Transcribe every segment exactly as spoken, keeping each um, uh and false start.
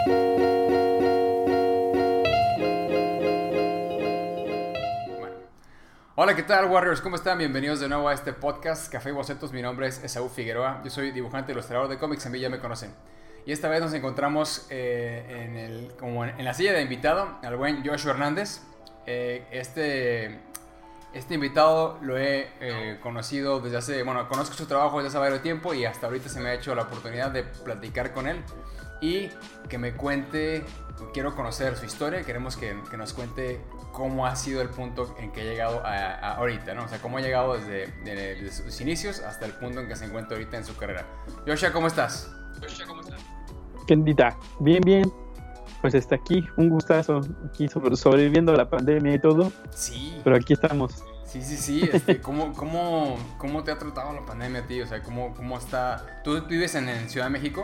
Hola, ¿qué tal, Warriors? ¿Cómo están? Bienvenidos de nuevo a este podcast Café y Bocetos. Mi nombre es Esaú Figueroa. Yo soy dibujante y ilustrador de cómics. En mí ya me conocen. Y esta vez nos encontramos eh, en, el, como en, en la silla de invitado al buen Joshua Hernández. Eh, este, este invitado lo he eh, conocido desde hace... Bueno, conozco su trabajo desde hace varios tiempo y hasta ahorita se me ha hecho la oportunidad de platicar con él y que me cuente... Quiero conocer su historia. Queremos que, que nos cuente cómo ha sido el punto en que ha llegado a, a ahorita, ¿no? O sea, cómo ha llegado desde, de, desde sus inicios hasta el punto en que se encuentra ahorita en su carrera. Joshua, ¿cómo estás? Joshua, ¿cómo estás? Kendita, bien, bien. Pues está aquí, un gustazo, aquí sobre, sobreviviendo a la pandemia y todo. Sí. Pero aquí estamos. Sí, sí, sí. Este, ¿cómo, cómo, ¿Cómo te ha tratado la pandemia a ti? O sea, ¿cómo, cómo está? ¿Tú vives en, en Ciudad de México?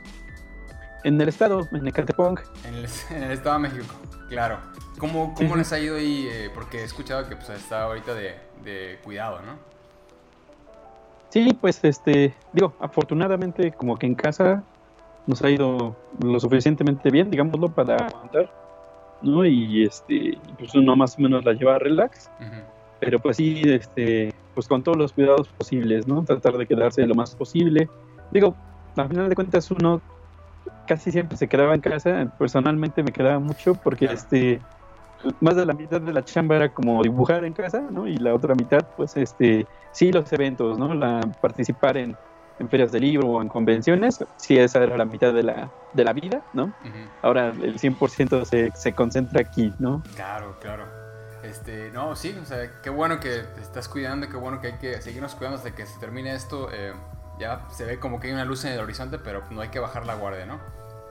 En el estado, en Ecatepec. En el, en el estado de México, claro. ¿Cómo, cómo sí, les ha ido ahí? Eh, porque he escuchado que pues, está ahorita de, de cuidado, ¿no? Sí, pues, este, digo, afortunadamente como que en casa nos ha ido lo suficientemente bien, digámoslo, para aguantar, ¿no? Y, este, pues uno más o menos la lleva relax, uh-huh. Pero pues sí, este, pues con todos los cuidados posibles, ¿no? Tratar de quedarse lo más posible. Digo, al final de cuentas uno casi siempre se quedaba en casa. Personalmente me quedaba mucho porque claro. este más de la mitad de la chamba era como dibujar en casa, ¿no? Y la otra mitad, pues, este sí, los eventos, ¿no? La, participar en, en ferias de libro o en convenciones, sí, esa era la mitad de la, de la vida, ¿no? Uh-huh. Ahora el cien por ciento se, se concentra aquí, ¿no? Claro, claro. Este, no, sí, o sea, qué bueno que te estás cuidando, qué bueno que hay que seguirnos cuidando hasta que se termine esto. Eh, ya se ve como que hay una luz en el horizonte, pero no hay que bajar la guardia, ¿no?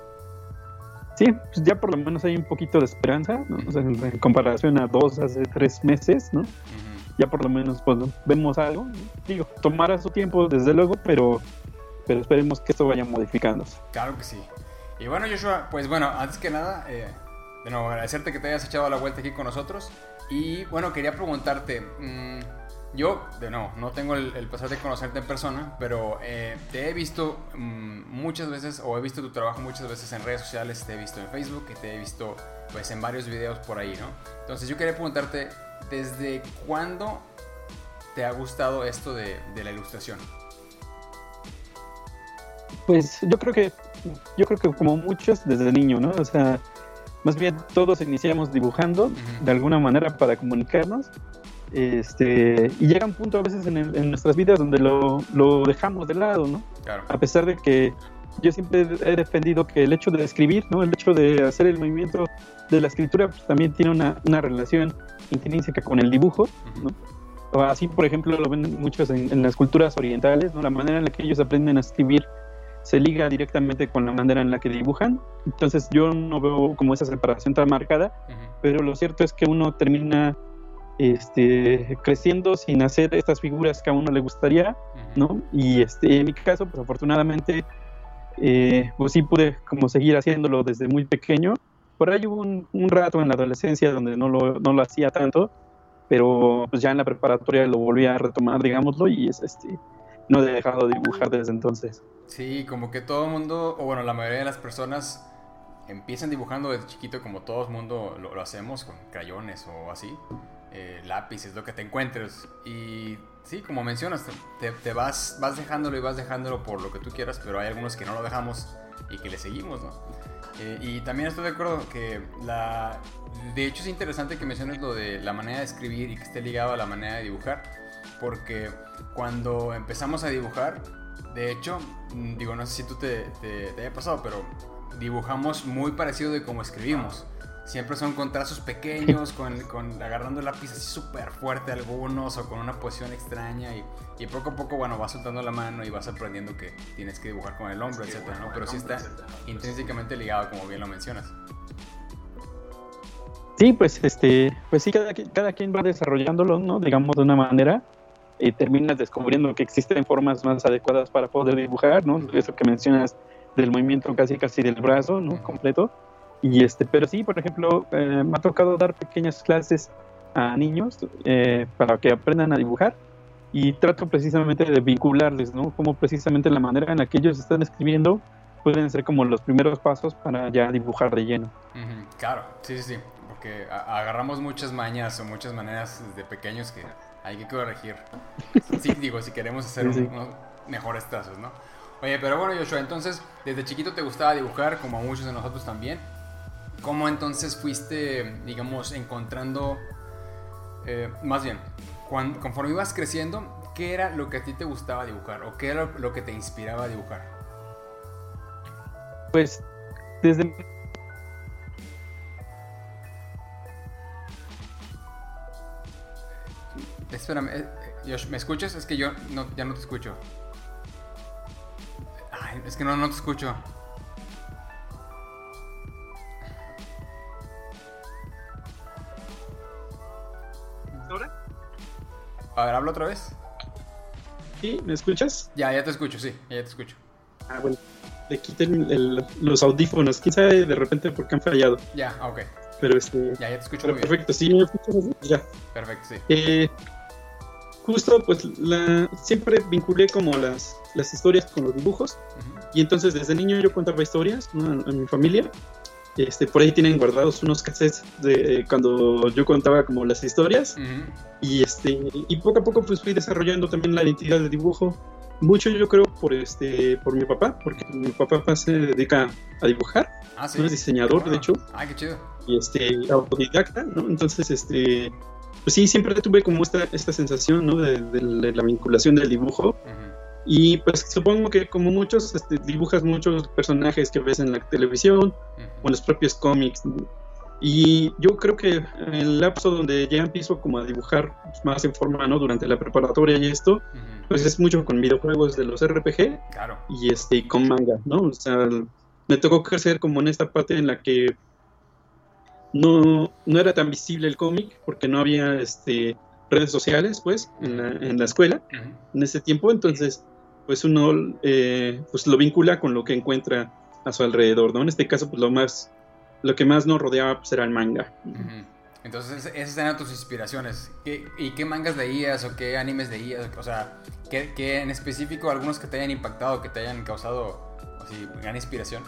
Sí, pues ya por lo menos hay un poquito de esperanza, ¿no? O sea, en, en comparación a dos, hace tres meses, ¿no? Uh-huh. Ya por lo menos pues, vemos algo. Digo, tomará su tiempo, desde luego, pero, pero esperemos que esto vaya modificándose. Claro que sí. Y bueno, Joshua, pues bueno, antes que nada, eh, de nuevo, agradecerte que te hayas echado la vuelta aquí con nosotros. Y bueno, quería preguntarte... Mmm, Yo, de nuevo, no tengo el, el placer de conocerte en persona, pero eh, te he visto mmm, muchas veces, o he visto tu trabajo muchas veces en redes sociales, te he visto en Facebook, y te he visto pues en varios videos por ahí, ¿no? Entonces yo quería preguntarte, ¿desde cuándo te ha gustado esto de, de la ilustración? Pues yo creo que, yo creo que como muchos desde niño, ¿no? O sea, más bien todos iniciamos dibujando, uh-huh. de alguna manera para comunicarnos. Este, y llega un punto a veces en, el, en nuestras vidas donde lo, lo dejamos de lado, ¿no? Claro. A pesar de que yo siempre he defendido que el hecho de escribir, ¿no? El hecho de hacer el movimiento de la escritura pues, también tiene una, una relación intrínseca con el dibujo, uh-huh. ¿no? O así, por ejemplo, lo ven muchos en, en las culturas orientales, ¿no? La manera en la que ellos aprenden a escribir se liga directamente con la manera en la que dibujan. Entonces yo no veo como esa separación tan marcada, uh-huh. pero lo cierto es que uno termina Este, creciendo sin hacer estas figuras que a uno le gustaría, uh-huh. ¿no? Y este, en mi caso, pues afortunadamente, eh, pues sí pude como seguir haciéndolo desde muy pequeño. Por ahí hubo un, un rato en la adolescencia donde no lo, no lo hacía tanto, pero pues ya en la preparatoria lo volví a retomar, digámoslo, y es, este, no he dejado de dibujar desde entonces. Sí, como que todo el mundo, o bueno, la mayoría de las personas empiezan dibujando desde chiquito, como todo el mundo lo, lo hacemos, con crayones o así. Eh, lápices, lo que te encuentres. Y sí, como mencionas, te, te vas, vas dejándolo y vas dejándolo por lo que tú quieras, pero hay algunos que no lo dejamos y que le seguimos, ¿no? Eh, y también estoy de acuerdo que la... De hecho es interesante que menciones lo de la manera de escribir y que esté ligado a la manera de dibujar, porque cuando empezamos a dibujar, de hecho, digo, no sé si tú te, te, te haya pasado, pero dibujamos muy parecido de cómo escribimos. Siempre son con trazos pequeños, con, con agarrando el lápiz así súper fuerte algunos, o con una posición extraña, y, y poco a poco, bueno, vas soltando la mano y vas aprendiendo que tienes que dibujar con el hombro, etcétera, ¿no? Pero sí está intrínsecamente ligado, como bien lo mencionas. Sí, pues este, pues sí, cada, cada quien va desarrollándolo, ¿no? Digamos de una manera, y terminas descubriendo que existen formas más adecuadas para poder dibujar, ¿no? Eso que mencionas del movimiento casi casi del brazo, ¿no? Completo. Y este, pero sí, por ejemplo, eh, me ha tocado dar pequeñas clases a niños eh, para que aprendan a dibujar, y trato precisamente de vincularles, ¿no? Como precisamente la manera en la que ellos están escribiendo pueden ser como los primeros pasos para ya dibujar de lleno. Uh-huh. Claro, sí, sí, sí, porque a- agarramos muchas mañas o muchas maneras desde pequeños que hay que corregir. Sí, digo, si queremos hacer Sí, sí. un- unos mejores trazos, ¿no? Oye, pero bueno, Joshua, entonces, desde chiquito te gustaba dibujar, como a muchos de nosotros también. ¿Cómo entonces fuiste, digamos, encontrando, eh, más bien, cuan- conforme ibas creciendo, qué era lo que a ti te gustaba dibujar o qué era lo, lo que te inspiraba a dibujar? Pues desde Espérame, eh, eh, Josh, ¿me escuchas? Es que yo no, ya no te escucho. Ay, es que no, no te escucho. ¿Ahora? A ver, habla otra vez. ¿Sí? ¿Me escuchas? Ya, ya te escucho, sí, ya te escucho. Ah, bueno. Le quité el- el- los audífonos. Quién sabe de repente por qué han fallado. Ya, ah, ok. Pero este. Ya, ya te escucho Pero muy bien. perfecto, sí, me escuchas así. Ya. Perfecto, sí. Eh, justo, pues la, siempre vinculé como las, las historias con los dibujos. Ujú. Y entonces desde niño yo contaba historias, ¿no? a, a mi familia. Este, por ahí tienen guardados unos cassettes de cuando yo contaba como las historias. Ujú. Y este y poco a poco pues fui desarrollando también la identidad de dibujo. Mucho yo creo por este por mi papá, porque mi papá pues, se dedica a dibujar, Ah, sí. no es diseñador, Bueno. de hecho, Ay, qué chido. y este autodidacta, ¿no? Entonces este pues sí, siempre tuve como esta esta sensación, ¿no? de, de la de la vinculación del dibujo. Ujú. Y pues supongo que como muchos este, dibujas muchos personajes que ves en la televisión Ujú. o en los propios cómics, ¿no? Y yo creo que el lapso donde ya empiezo como a dibujar más en forma, ¿no? Durante la preparatoria y esto, Ujú. pues es mucho con videojuegos de los R P G Claro. y este y con manga, ¿no? O sea, me tocó crecer como en esta parte en la que no, no era tan visible el cómic porque no había este redes sociales, pues, en la, en la escuela Ujú. en ese tiempo, entonces pues uno eh, pues lo vincula con lo que encuentra a su alrededor, ¿no? En este caso pues lo más lo que más nos rodeaba pues era el manga. Ujú. Entonces, esas eran tus inspiraciones. ¿Qué, ¿Y qué mangas leías o qué animes leías? O sea, ¿qué, qué en específico algunos que te hayan impactado, que te hayan causado así, gran inspiración?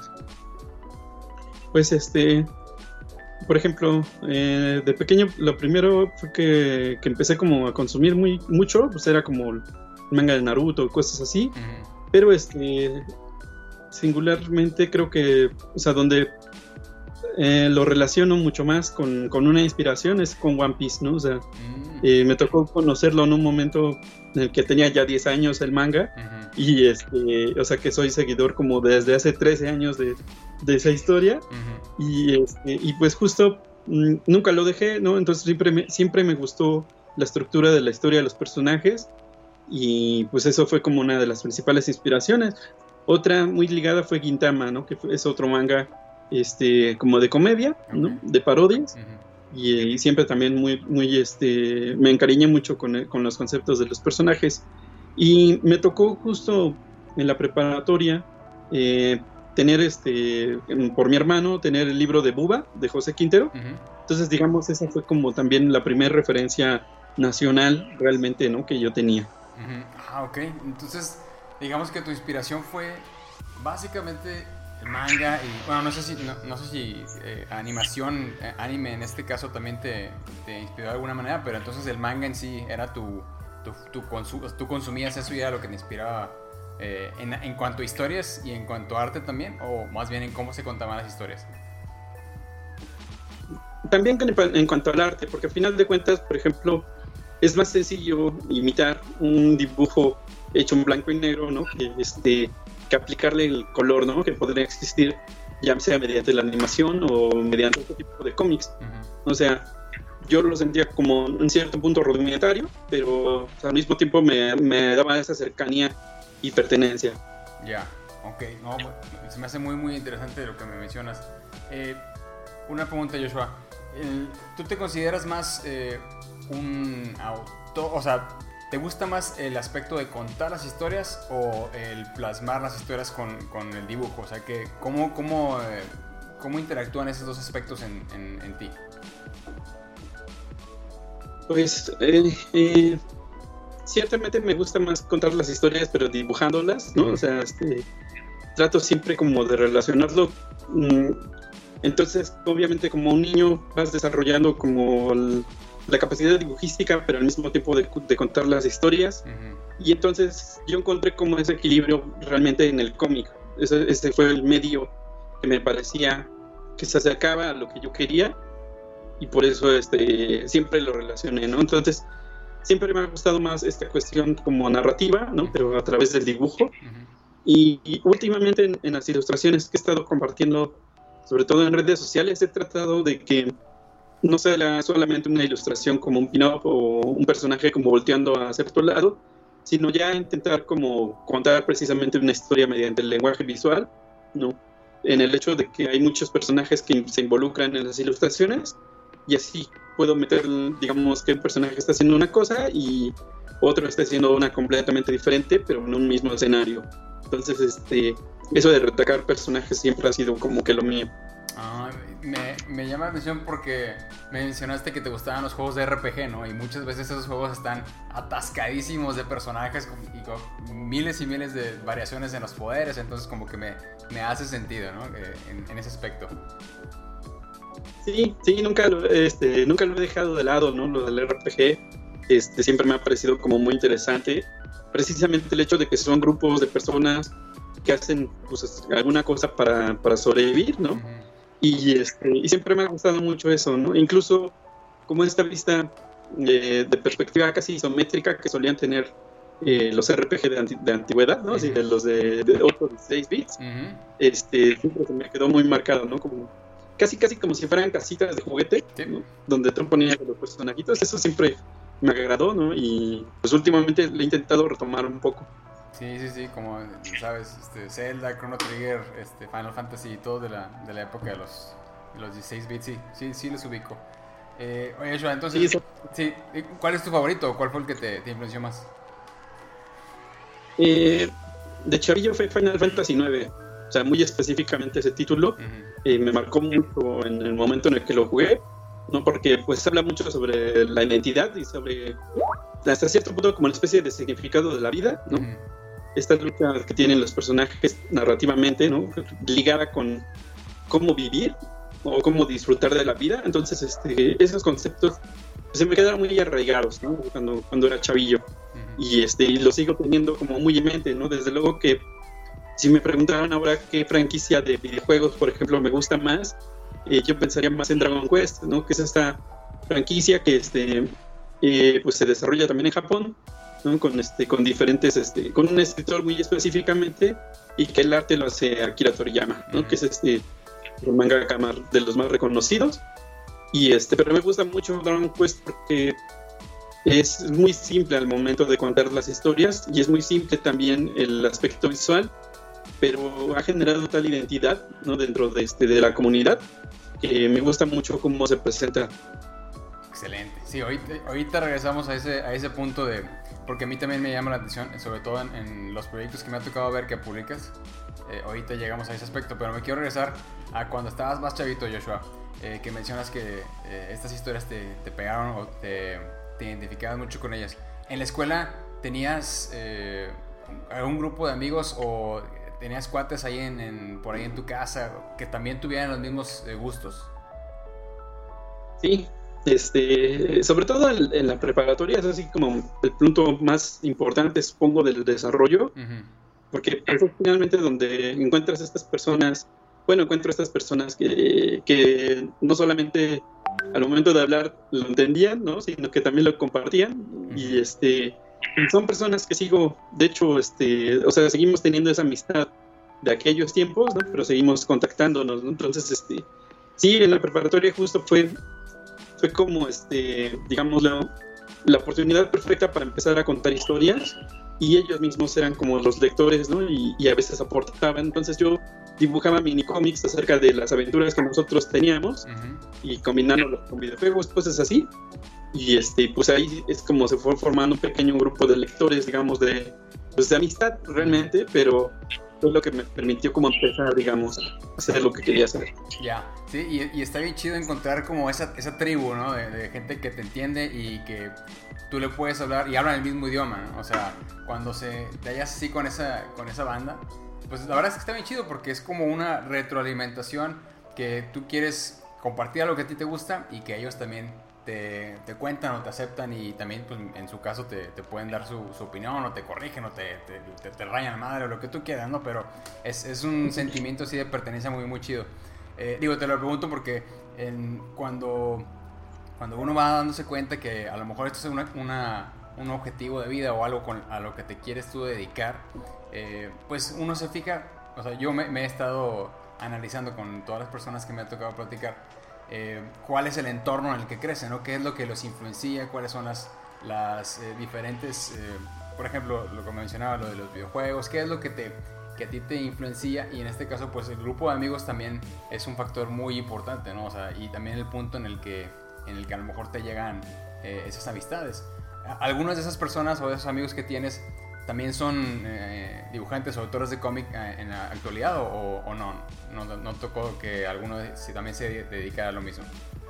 Pues este, por ejemplo, eh, de pequeño lo primero fue que, que empecé como a consumir muy mucho, pues era como el manga de Naruto, cosas así, Ujú. pero este, singularmente creo que, o sea, donde eh, lo relaciono mucho más con, con una inspiración es con One Piece, ¿no? O sea, Mm. eh, me tocó conocerlo en un momento en el que tenía ya diez años el manga, Ujú. y este, o sea que soy seguidor como desde hace trece años de, de esa historia. Ujú. Y, este, y pues justo mm, nunca lo dejé, ¿no? Entonces siempre me, siempre me gustó la estructura de la historia de los personajes, y pues eso fue como una de las principales inspiraciones. Otra muy ligada fue Gintama, ¿no? Que fue- es otro manga este, como de comedia, ¿no? Ok. De parodias. Ujú. Y, y siempre también muy, muy, este, me encariñé mucho con, el- con los conceptos de los personajes. Y me tocó justo en la preparatoria eh, tener, este, en- por mi hermano, tener el libro de Buba, de José Quintero. Ujú. Entonces, digamos, esa fue como también la primera referencia nacional realmente, ¿no? Que yo tenía. Ujú. Ah, ok. Entonces, digamos que tu inspiración fue básicamente el manga y, bueno, no sé si, no, no sé si eh, animación, eh, anime en este caso también te, te inspiró de alguna manera, pero entonces el manga en sí era tu, tu, tu consu- tú consumías eso y era lo que te inspiraba eh, en, en cuanto a historias y en cuanto a arte también, o más bien en cómo se contaban las historias. También con- en cuanto al arte, porque al final de cuentas, por ejemplo, es más sencillo imitar un dibujo hecho en blanco y negro, ¿no? Que, este, que aplicarle el color, ¿no? Que podría existir, ya sea mediante la animación o mediante otro tipo de cómics. Ujú. O sea, yo lo sentía como un cierto punto rudimentario, pero o sea, al mismo tiempo me, me daba esa cercanía y pertenencia. Ya, ok, no, bu- se me hace muy muy interesante lo que me mencionas. Eh, una pregunta, Joshua. El- ¿Tú te consideras más eh, un autor, o sea, te gusta más el aspecto de contar las historias o el plasmar las historias con, con el dibujo? O sea, que, ¿cómo, cómo, eh, cómo interactúan esos dos aspectos en, en, en ti? Pues eh, eh, ciertamente me gusta más contar las historias, pero dibujándolas, ¿no? O sea, este, trato siempre como de relacionarlo. Mm, entonces, obviamente, como un niño vas desarrollando como el, la capacidad dibujística, pero al mismo tiempo de, de contar las historias. Uh-huh. Y entonces yo encontré como ese equilibrio realmente en el cómic. Ese, ese fue el medio que me parecía que se acercaba a lo que yo quería, y por eso este, siempre lo relacioné, ¿no? Entonces, siempre me ha gustado más esta cuestión como narrativa, ¿no? Pero a través del dibujo. Uh-huh. Y, y últimamente en, en las ilustraciones que he estado compartiendo, sobre todo en redes sociales, he tratado de que no sea solamente una ilustración como un pin-up o un personaje como volteando a cierto lado, sino ya intentar como contar precisamente una historia mediante el lenguaje visual, ¿no? En el hecho de que hay muchos personajes que se involucran en las ilustraciones, y así puedo meter, digamos, que un personaje está haciendo una cosa y otro está haciendo una completamente diferente, pero en un mismo escenario. Entonces, este, eso de retacar personajes siempre ha sido como que lo mío. Ah, me, me llama la atención porque me mencionaste que te gustaban los juegos de R P G, ¿no? Y muchas veces esos juegos están atascadísimos de personajes y con miles y miles de variaciones en los poderes, entonces como que me, me hace sentido, ¿no? En, en ese aspecto. Sí, sí, nunca lo, este, nunca lo he dejado de lado, ¿no? Lo del R P G, este, siempre me ha parecido como muy interesante. Precisamente el hecho de que son grupos de personas que hacen pues, alguna cosa para, para sobrevivir, ¿no? Uh-huh. Y, este, y siempre me ha gustado mucho eso, ¿no? Incluso como esta vista eh, de perspectiva casi isométrica que solían tener eh, los R P G de, anti, de antigüedad, ¿no? Uh-huh. Así de los de, de ocho, dieciséis bits, uh-huh. este, siempre se me quedó muy marcado, ¿no? Como, casi casi como si fueran casitas de juguete, ¿sí? ¿No? Donde tú ponías los personajitos, eso siempre me agradó, ¿no? Y pues últimamente le he intentado retomar un poco. Sí, sí, sí, como sabes, este, Zelda, Chrono Trigger, este, Final Fantasy y todo de la, de la época de los, de los dieciséis bits, sí, sí, sí los ubico. Eh, oye, Joshua, entonces, sí, sí, ¿cuál es tu favorito? ¿Cuál fue el que te, te influenció más? Eh, de chavillo fue Final Fantasy nueve, o sea, muy específicamente ese título, uh-huh. eh, me marcó mucho en el momento en el que lo jugué, ¿no? Porque pues habla mucho sobre la identidad y sobre, hasta cierto punto, como una especie de significado de la vida, ¿no? Uh-huh. Esta lucha que tienen los personajes narrativamente, ¿no? Ligada con cómo vivir o cómo disfrutar de la vida. Entonces, este, esos conceptos se me quedaron muy arraigados, ¿no? Cuando, cuando era chavillo. Uh-huh. Y, este, y lo sigo teniendo como muy en mente, ¿no? Desde luego que si me preguntaran ahora qué franquicia de videojuegos, por ejemplo, me gusta más, eh, yo pensaría más en Dragon Quest, ¿no? Que es esta franquicia que este, eh, pues se desarrolla también en Japón, ¿no? Con este, con diferentes, este, con un escritor muy específicamente, y que el arte lo hace Akira Toriyama, ¿no? Uh-huh. Que es este el mangaka de los más reconocidos. Y este, pero me gusta mucho Dragon Quest porque es muy simple al momento de contar las historias, y es muy simple también el aspecto visual, pero ha generado tal identidad, ¿no? Dentro de este, de la comunidad, que me gusta mucho cómo se presenta. Excelente. Sí, ahorita, ahorita regresamos a ese, a ese punto de... Porque a mí también me llama la atención, sobre todo en, en los proyectos que me ha tocado ver que publicas. Eh, ahorita llegamos a ese aspecto, pero me quiero regresar a cuando estabas más chavito, Joshua, eh, que mencionas que eh, estas historias te, te pegaron o te, te identificabas mucho con ellas. ¿En la escuela tenías eh, algún grupo de amigos o tenías cuates ahí en, en, por ahí en tu casa que también tuvieran los mismos eh, gustos? Sí. Este, sobre todo en, en la preparatoria es así como el punto más importante, supongo, del desarrollo, uh-huh. porque es finalmente donde encuentras estas personas, bueno, encuentro estas personas que, que no solamente al momento de hablar lo entendían, ¿no? Sino que también lo compartían, uh-huh. y este, son personas que sigo, de hecho, este, o sea, seguimos teniendo esa amistad de aquellos tiempos, ¿no? Pero seguimos contactándonos, ¿no? Entonces, este, sí, en la preparatoria justo fue fue como, este, digamos, la, la oportunidad perfecta para empezar a contar historias, y ellos mismos eran como los lectores, ¿no? Y, y a veces aportaban. Entonces yo dibujaba mini cómics acerca de las aventuras que nosotros teníamos, uh-huh. y combinándolos con videojuegos, pues es así. Y este, pues ahí es como se fue formando un pequeño grupo de lectores, digamos, de, pues de amistad realmente, pero fue lo que me permitió como empezar, digamos, a hacer lo que quería hacer. Ya, sí, y, y está bien chido encontrar como esa, esa tribu, ¿no? De, de gente que te entiende y que tú le puedes hablar y hablan el mismo idioma, ¿no? O sea, cuando se, te hallas así con esa, con esa banda, pues la verdad es que está bien chido porque es como una retroalimentación que tú quieres compartir algo que a ti te gusta y que ellos también te, te cuentan o te aceptan y también pues en su caso te, te pueden dar su, su opinión o te corrigen o te, te, te, te rayan la madre o lo que tú quieras, ¿no? Pero es, es un sentimiento así de pertenencia muy muy chido. Eh, digo, te lo pregunto porque en, cuando, cuando uno va dándose cuenta que a lo mejor esto es una, una, un objetivo de vida o algo con, a lo que te quieres tú dedicar, eh, pues uno se fija, o sea, yo me, me he estado analizando con todas las personas que me ha tocado platicar, Eh, cuál es el entorno en el que crecen, ¿no? Qué es lo que los influencia, cuáles son las, las eh, diferentes, eh, por ejemplo, lo que mencionaba, lo de los videojuegos, qué es lo que, te, que a ti te influencia y en este caso pues el grupo de amigos también es un factor muy importante, ¿no? O sea, y también el punto en el que, en el que a lo mejor te llegan eh, esas amistades. Algunas de esas personas o de esos amigos que tienes también son eh, dibujantes o autores de cómic eh, en la actualidad o, o no, no, no tocó que alguno si también se dedicara a lo mismo.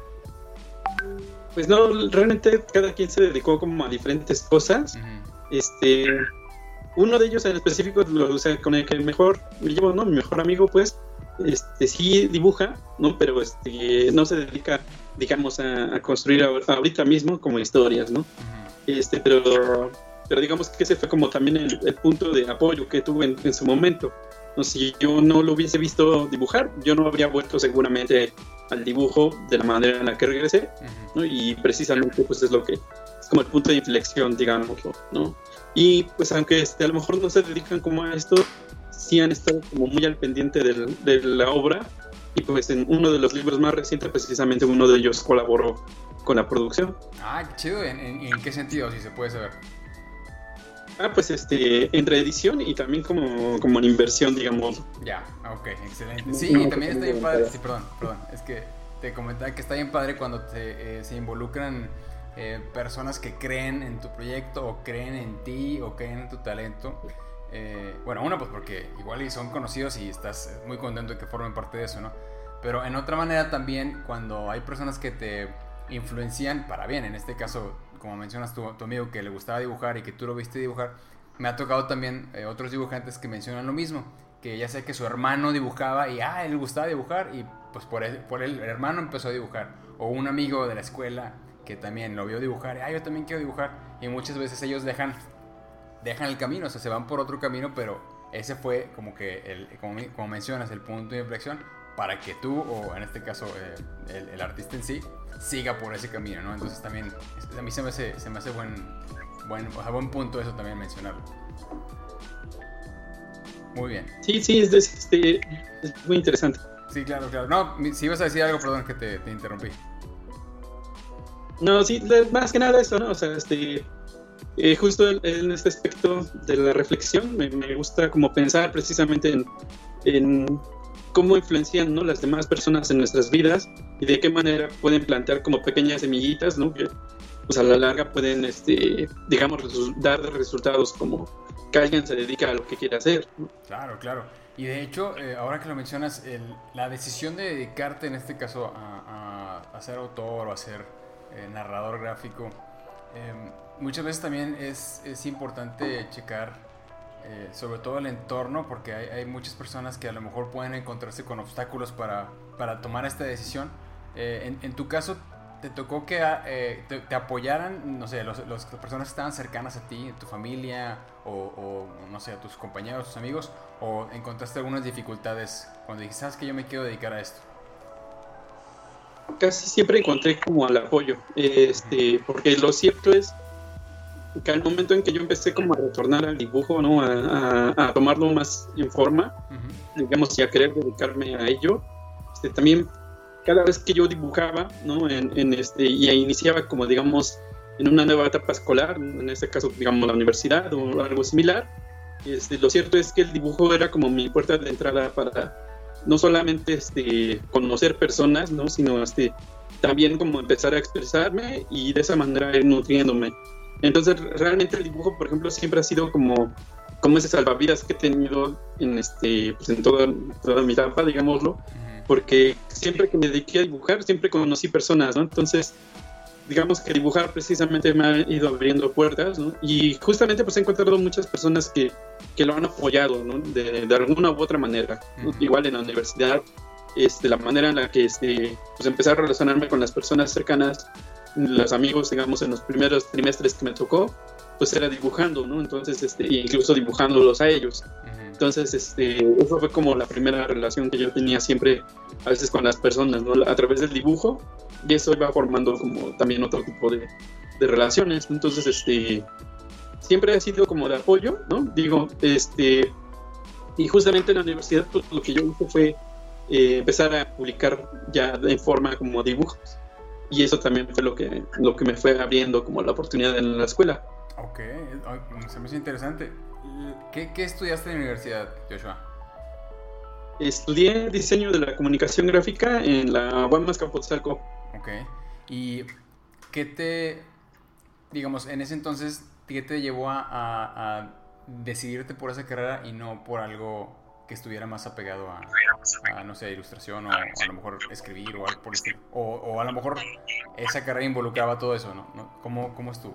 Pues no, realmente cada quien se dedicó como a diferentes cosas. Uh-huh. Este, uno de ellos en específico, o sea, con el que mejor me llevo, ¿no? Mi mejor amigo, pues, este, sí dibuja, ¿no? Pero este, no se dedica, digamos, a, a construir ahorita mismo como historias, ¿no? Uh-huh. Este, pero pero digamos que ese fue como también el, el punto de apoyo que tuve en, en su momento. No, si yo no lo hubiese visto dibujar, yo no habría vuelto seguramente al dibujo de la manera en la que regresé, uh-huh. ¿no? Y precisamente pues es lo que es como el punto de inflexión, digámoslo, ¿no? Y pues aunque este, a lo mejor no se dedican como a esto, sí han estado como muy al pendiente del, de la obra y pues en uno de los libros más recientes precisamente uno de ellos colaboró con la producción. Ah, qué chido. ¿En, en, en qué sentido, si se puede saber? Ah, pues este, entre edición y también como, como en inversión, digamos. Ya, ok, excelente. Sí, no, y también está bien padre. Sí, perdón, perdón. Es que te comentaba que está bien padre cuando te, eh, se involucran eh, personas que creen en tu proyecto o creen en ti o creen en tu talento. Eh, bueno, uno, pues porque igual y son conocidos y estás muy contento de que formen parte de eso, ¿no? Pero en otra manera también, cuando hay personas que te influencian para bien, en este caso, como mencionas tu, tu amigo que le gustaba dibujar y que tú lo viste dibujar, me ha tocado también eh, otros dibujantes que mencionan lo mismo, que ya sé que su hermano dibujaba y ah, él le gustaba dibujar y pues por él, por él el hermano empezó a dibujar, o un amigo de la escuela que también lo vio dibujar y ah, yo también quiero dibujar, y muchas veces ellos dejan, dejan el camino, o sea, se van por otro camino, pero ese fue como que, el, como, como mencionas, el punto de inflexión para que tú, o en este caso eh, el, el artista en sí, siga por ese camino, ¿no? Entonces también a mí se me hace, se me hace buen, buen, o sea, buen punto eso también mencionarlo. Muy bien. Sí, sí, es, es, es, es muy interesante. Sí, claro, claro. No, si ibas a decir algo, perdón que te, te interrumpí. No, sí, más que nada eso, ¿no? O sea, este, eh, justo en este aspecto de la reflexión me, me gusta como pensar precisamente en, en cómo influencian, ¿no?, las demás personas en nuestras vidas y de qué manera pueden plantear como pequeñas semillitas, ¿no?, que pues a la larga pueden, este, digamos, resu- dar resultados como que alguien se dedica a lo que quiere hacer, ¿no? Claro, claro. Y de hecho, eh, ahora que lo mencionas, el, la decisión de dedicarte en este caso a, a, a ser autor o a ser eh, narrador gráfico, eh, muchas veces también es, es importante checar Eh, sobre todo el entorno, porque hay, hay muchas personas que a lo mejor pueden encontrarse con obstáculos para, para tomar esta decisión. Eh, en, en tu caso, ¿te tocó que eh, te, te apoyaran, no sé, los, los, las personas que estaban cercanas a ti, tu familia o, o, no sé, a tus compañeros, tus amigos, o encontraste algunas dificultades cuando dijiste, sabes que yo me quiero dedicar a esto? Casi siempre encontré como el apoyo, este, porque lo cierto es que al momento en que yo empecé como a retornar al dibujo, ¿no?, a, a, a tomarlo más en forma, uh-huh. digamos, y a querer dedicarme a ello, este, también cada vez que yo dibujaba, ¿no?, en, en este, y iniciaba como, digamos, en una nueva etapa escolar, en este caso, digamos, la universidad o algo similar, este, lo cierto es que el dibujo era como mi puerta de entrada para no solamente este, conocer personas, ¿no?, sino este, también como empezar a expresarme y de esa manera ir nutriéndome. Entonces realmente el dibujo, por ejemplo, siempre ha sido como, como ese salvavidas que he tenido en, este, pues en toda, toda mi etapa, digámoslo, porque siempre que me dediqué a dibujar siempre conocí personas, ¿no? Entonces digamos que dibujar precisamente me ha ido abriendo puertas, ¿no? Y justamente pues he encontrado muchas personas que, que lo han apoyado, ¿no? De, de alguna u otra manera, ¿no? Uh-huh. Igual en la universidad, este, la manera en la que este, pues empecé a relacionarme con las personas cercanas, los amigos, digamos, en los primeros trimestres que me tocó, pues era dibujando, ¿no? Entonces, este, incluso dibujándolos a ellos. Uh-huh. Entonces, este, eso fue como la primera relación que yo tenía siempre, a veces con las personas, ¿no? A través del dibujo, y eso iba formando como también otro tipo de, de relaciones. Entonces, este, siempre ha sido como de apoyo, ¿no? Digo, este, y justamente en la universidad, pues, lo que yo hice fue eh, empezar a publicar ya en forma como dibujos, y eso también fue lo que, lo que me fue abriendo como la oportunidad en la escuela. Ok, se me hace interesante. ¿Qué, qué estudiaste en la universidad, Joshua? Estudié diseño de la comunicación gráfica en la U A M Azcapotzalco. Ok, ¿y qué te, digamos, en ese entonces, qué te llevó a, a, a decidirte por esa carrera y no por algo que estuviera más apegado a, a no sé, ilustración o, o a lo mejor escribir o algo por el estilo? O, o a lo mejor esa carrera involucraba todo eso, ¿no? ¿No? ¿Cómo, cómo estuvo?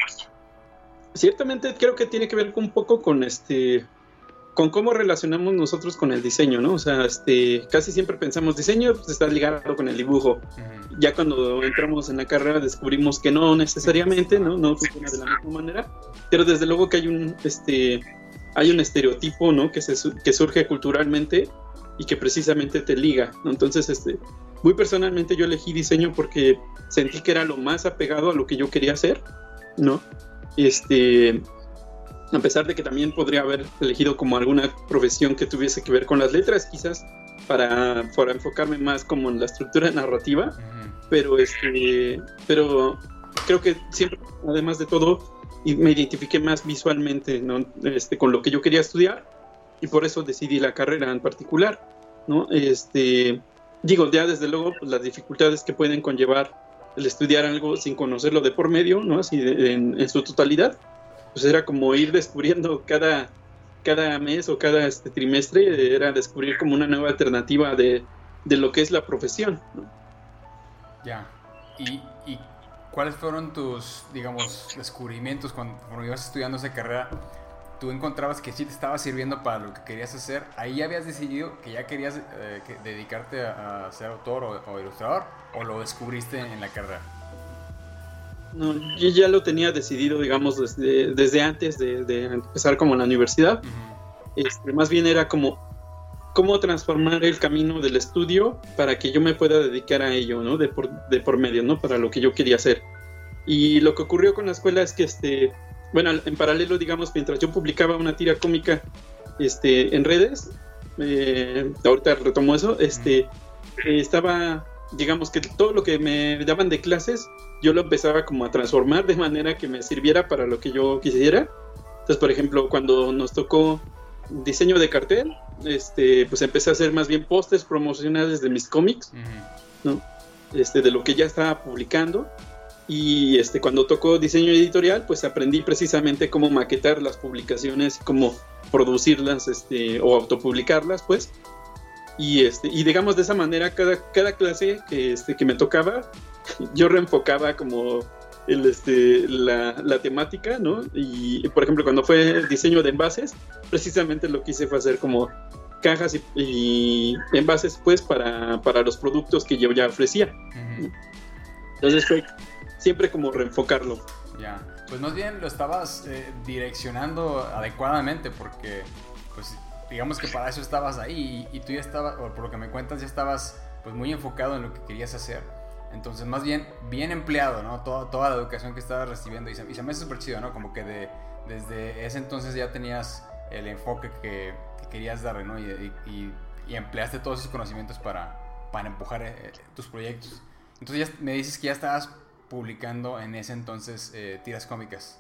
Ciertamente creo que tiene que ver un poco con este con cómo relacionamos nosotros con el diseño, ¿no? O sea, este casi siempre pensamos diseño pues, está ligado con el dibujo. Uh-huh. Ya cuando entramos en la carrera descubrimos que no necesariamente, ¿no? No funciona de la misma manera, pero desde luego que hay un este hay un estereotipo, ¿no? Que se que surge culturalmente y que precisamente te liga, ¿no? Entonces, este muy personalmente yo elegí diseño porque sentí que era lo más apegado a lo que yo quería hacer, ¿no? Este, a pesar de que también podría haber elegido como alguna profesión que tuviese que ver con las letras, quizás para, para enfocarme más como en la estructura narrativa, uh-huh. pero este, pero creo que siempre, además de todo, me identifiqué más visualmente, ¿no? Este, con lo que yo quería estudiar, y por eso decidí la carrera en particular, ¿no? Este, digo, ya desde luego pues, las dificultades que pueden conllevar el estudiar algo sin conocerlo de por medio, ¿no? Así de, en, en su totalidad, pues era como ir descubriendo cada, cada mes o cada este, trimestre, era descubrir como una nueva alternativa de, de lo que es la profesión, ¿no? Ya, ¿Y, ¿y cuáles fueron tus, digamos, descubrimientos cuando, cuando ibas estudiando esa carrera? ¿Tú encontrabas que sí te estaba sirviendo para lo que querías hacer? ¿Ahí ya habías decidido que ya querías eh, que dedicarte a, a ser autor o, o ilustrador? ¿O lo descubriste en la carrera? No, yo ya lo tenía decidido, digamos, desde, desde antes de, de empezar como en la universidad. Uh-huh. Este, más bien era como cómo transformar el camino del estudio para que yo me pueda dedicar a ello, ¿no? De por, de por medio, ¿no? Para lo que yo quería hacer. Y lo que ocurrió con la escuela es que este... Bueno, en paralelo, digamos, mientras yo publicaba una tira cómica este, en redes, eh, ahorita retomo eso, este, eh, estaba, digamos que todo lo que me daban de clases, yo lo empezaba como a transformar de manera que me sirviera para lo que yo quisiera. Entonces, por ejemplo, cuando nos tocó diseño de cartel, este, pues empecé a hacer más bien pósters promocionales de mis cómics, uh-huh. ¿no? Este, de lo que ya estaba publicando. Y este, cuando tocó diseño editorial, pues aprendí precisamente cómo maquetar las publicaciones, cómo producirlas este, o autopublicarlas, pues. Y, este, y digamos de esa manera, cada, cada clase que, este, que me tocaba, yo reenfocaba como el, este, la, la temática, ¿no? Y, por ejemplo, cuando fue diseño de envases, precisamente lo que hice fue hacer como cajas y, y envases, pues, para, para los productos que yo ya ofrecía. Uh-huh. Entonces fue... siempre como reenfocarlo. Ya, pues más bien lo estabas eh, direccionando adecuadamente porque, pues, digamos que para eso estabas ahí y, y tú ya estabas, o por lo que me cuentas, ya estabas pues muy enfocado en lo que querías hacer. Entonces, más bien, bien empleado, ¿no? Toda, toda la educación que estabas recibiendo y se, y se me hace súper chido, ¿no? Como que de, desde ese entonces ya tenías el enfoque que, que querías darle, ¿no? Y, y, y empleaste todos esos conocimientos para, para empujar eh, tus proyectos. Entonces ya me dices que ya estabas publicando en ese entonces eh, tiras cómicas.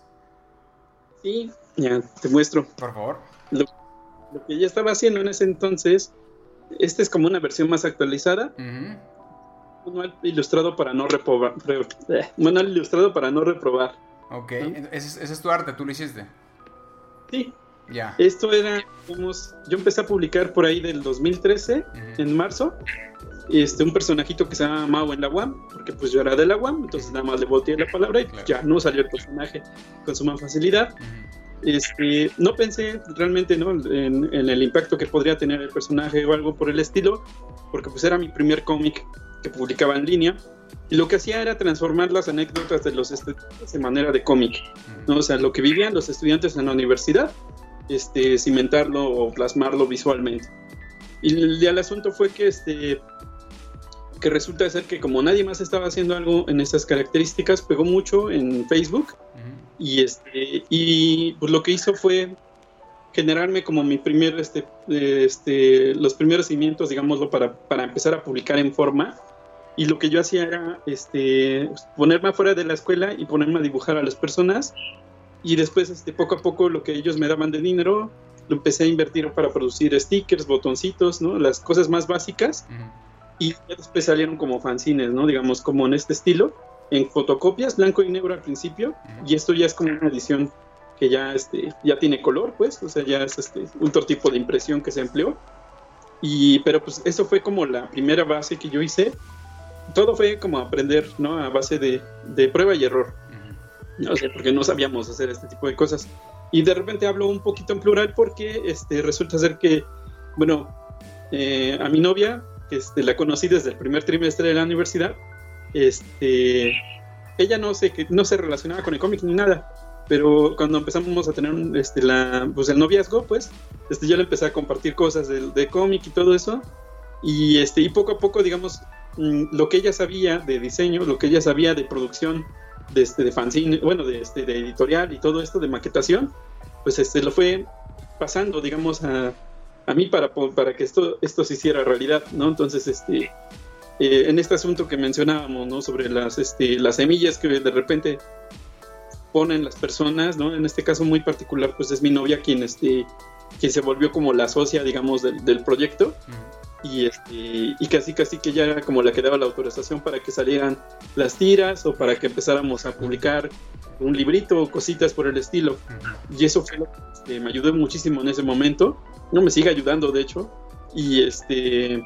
Sí, ya te muestro. Por favor. Lo, lo que ya estaba haciendo en ese entonces, este es como una versión más actualizada. Uh-huh. Manual ilustrado para no reprobar. Eh, manual ilustrado para no reprobar. Ok, ¿no? Ese, ese es tu arte, tú lo hiciste. Sí, Ya. Esto era, digamos, yo empecé a publicar por ahí del dos mil trece, uh-huh. en marzo, este, un personajito que se llama Mao en la U A M, porque pues yo era de la U A M, entonces nada más le volteé la palabra y claro. ya no salió el personaje con suma facilidad. Uh-huh. Este, no pensé realmente, ¿no? en, en el impacto que podría tener el personaje o algo por el estilo, porque pues era mi primer cómic que publicaba en línea, y lo que hacía era transformar las anécdotas de los estudiantes de manera de cómic, ¿no? O sea, lo que vivían los estudiantes en la universidad, este, cimentarlo o plasmarlo visualmente. Y el, el asunto fue que, este, que resulta ser que como nadie más estaba haciendo algo en esas características, pegó mucho en Facebook, uh-huh. y, este, y pues lo que hizo fue generarme como mi primer, este, este, los primeros cimientos, digámoslo, para, para empezar a publicar en forma. Y lo que yo hacía era este, ponerme afuera de la escuela y ponerme a dibujar a las personas. Y después, este, poco a poco, lo que ellos me daban de dinero, lo empecé a invertir para producir stickers, botoncitos, ¿no? Las cosas más básicas. Uh-huh. Y ya después salieron como fanzines, ¿no? Digamos, como en este estilo, en fotocopias, blanco y negro al principio. Uh-huh. Y esto ya es como una edición que ya, este, ya tiene color, pues. O sea, ya es este, otro tipo de impresión que se empleó. Y, pero pues eso fue como la primera base que yo hice. Todo fue como aprender, ¿no? A base de, de prueba y error. Uh-huh. O sea, porque no sabíamos hacer este tipo de cosas. Y de repente hablo un poquito en plural porque este, resulta ser que, bueno, eh, a mi novia, que este, la conocí desde el primer trimestre de la universidad, este, ella no se, no se relacionaba con el cómic ni nada. Pero cuando empezamos a tener este, la, pues el noviazgo, pues, este, yo le empecé a compartir cosas de, de cómic y todo eso. Y, este, y poco a poco, digamos, lo que ella sabía de diseño, lo que ella sabía de producción, de, este, de fanzine, bueno, de, este, de editorial y todo esto, de maquetación, pues este, lo fue pasando, digamos, a, a mí para, para que esto, esto se hiciera realidad, ¿no? Entonces, este, eh, en este asunto que mencionábamos, ¿no? Sobre las, este, las semillas que de repente ponen las personas, ¿no? En este caso muy particular, pues es mi novia quien, este, quien se volvió como la socia, digamos, del, del proyecto. Uh-huh. Y, este, y casi casi que ya era como la que daba la autorización para que salieran las tiras o para que empezáramos a publicar un librito o cositas por el estilo. Uh-huh. Y eso fue lo que este, me ayudó muchísimo en ese momento. No, me sigue ayudando, de hecho. Y este,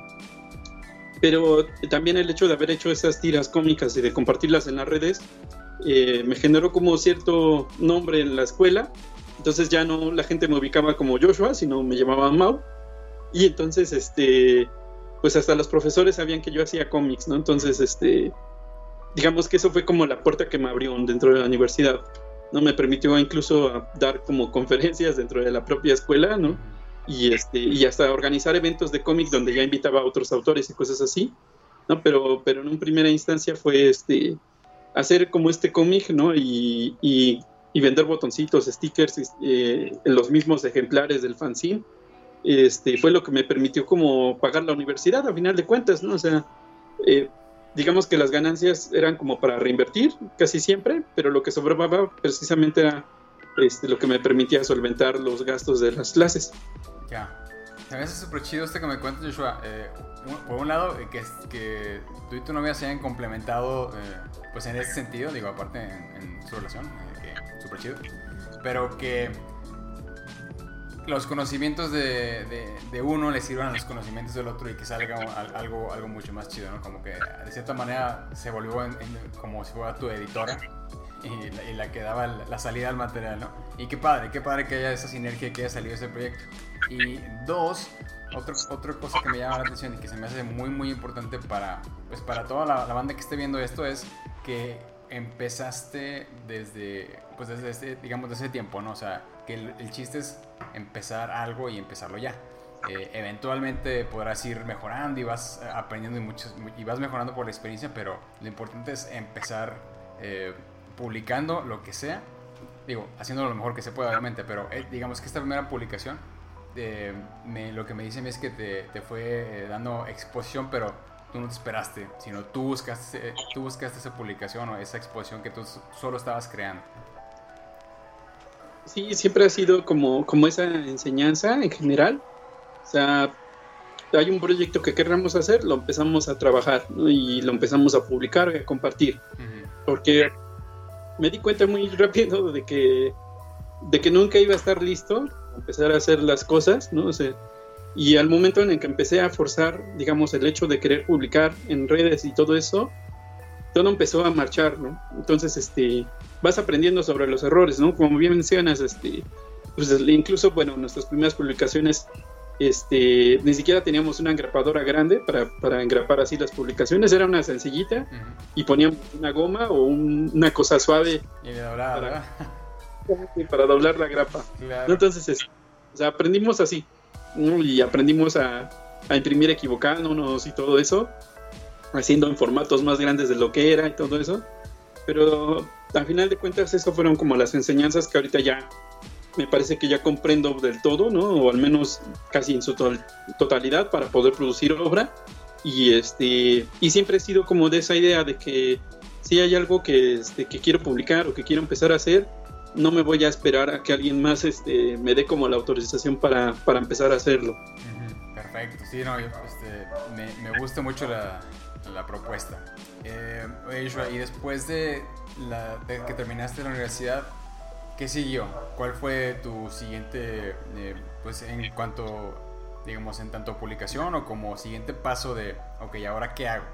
pero también el hecho de haber hecho esas tiras cómicas y de compartirlas en las redes eh, me generó como cierto nombre en la escuela. Entonces ya no la gente me ubicaba como Joshua, sino me llamaban Mau. Y entonces, este, pues hasta los profesores sabían que yo hacía cómics, ¿no? Entonces, este, digamos que eso fue como la puerta que me abrió dentro de la universidad, ¿no? Me permitió incluso dar como conferencias dentro de la propia escuela, ¿no? Y, este, y hasta organizar eventos de cómics donde ya invitaba a otros autores y cosas así, ¿no? Pero, pero en una primera instancia fue, este, hacer como este cómic, ¿no? Y, y, y vender botoncitos, stickers, eh, en los mismos ejemplares del fanzine. Este, fue lo que me permitió como pagar la universidad a final de cuentas, ¿no? O sea, eh, digamos que las ganancias eran como para reinvertir casi siempre, pero lo que sobraba precisamente era este, lo que me permitía solventar los gastos de las clases. Ya, también es súper chido este que me cuentas, Joshua. Eh, por un lado, eh, que, que tú y tu novia se hayan complementado eh, pues en ese sentido, digo, aparte en, en su relación, eh, que súper chido, pero que los conocimientos de, de, de uno le sirvan a los conocimientos del otro y que salga algo, algo mucho más chido, ¿no? Como que de cierta manera se volvió en, en, como si fuera tu editora y la, y la que daba la, la salida al material, ¿no? Y qué padre, qué padre que haya esa sinergia, que haya salido ese proyecto. Y dos, otro, otra cosa que me llama la atención y que se me hace muy muy importante para, pues para toda la, la banda que esté viendo esto es que empezaste desde, pues desde ese, digamos, desde ese tiempo, ¿no? O sea, que el, el chiste es empezar algo y empezarlo ya. Eh, eventualmente podrás ir mejorando y vas aprendiendo y, muchos, y vas mejorando por la experiencia, pero lo importante es empezar eh, publicando lo que sea, digo, haciendo lo mejor que se pueda, obviamente, pero eh, digamos que esta primera publicación, eh, me, lo que me dice a mí es que te, te fue eh, dando exposición, pero tú no te esperaste, sino tú buscaste, tú buscaste esa publicación o esa exposición que tú solo estabas creando. Sí, siempre ha sido como, como esa enseñanza en general. O sea, hay un proyecto que queramos hacer, lo empezamos a trabajar, ¿no? Y lo empezamos a publicar y a compartir. Uh-huh. Porque me di cuenta muy rápido de que, de que nunca iba a estar listo empezar a hacer las cosas, ¿no? O sea, y al momento en el que empecé a forzar, digamos, el hecho de querer publicar en redes y todo eso, todo empezó a marchar, ¿no? Entonces, este, vas aprendiendo sobre los errores, ¿no? Como bien mencionas, este, pues incluso, bueno, nuestras primeras publicaciones, este, ni siquiera teníamos una engrapadora grande para, para engrapar así las publicaciones, era una sencillita, uh-huh. y poníamos una goma o un, una cosa suave y de doblar, para, para doblar la grapa. Claro. Entonces, es, o sea, aprendimos así, ¿no? Y aprendimos a, a imprimir equivocándonos y todo eso, haciendo en formatos más grandes de lo que era y todo eso, pero al final de cuentas eso fueron como las enseñanzas que ahorita ya me parece que ya comprendo del todo, ¿no? O al menos casi en su to- totalidad para poder producir obra. Y este y siempre he sido como de esa idea de que si hay algo que, este, que quiero publicar o que quiero empezar a hacer, no me voy a esperar a que alguien más este, me dé como la autorización para, para empezar a hacerlo. Uh-huh. Perfecto, sí, no, este, me, me gusta mucho la, la propuesta. Eh, Joshua, y después de, la, de que terminaste la universidad, ¿qué siguió? ¿Cuál fue tu siguiente, eh, pues en cuanto, digamos, en tanto publicación o como siguiente paso de, ok, ¿ahora qué hago?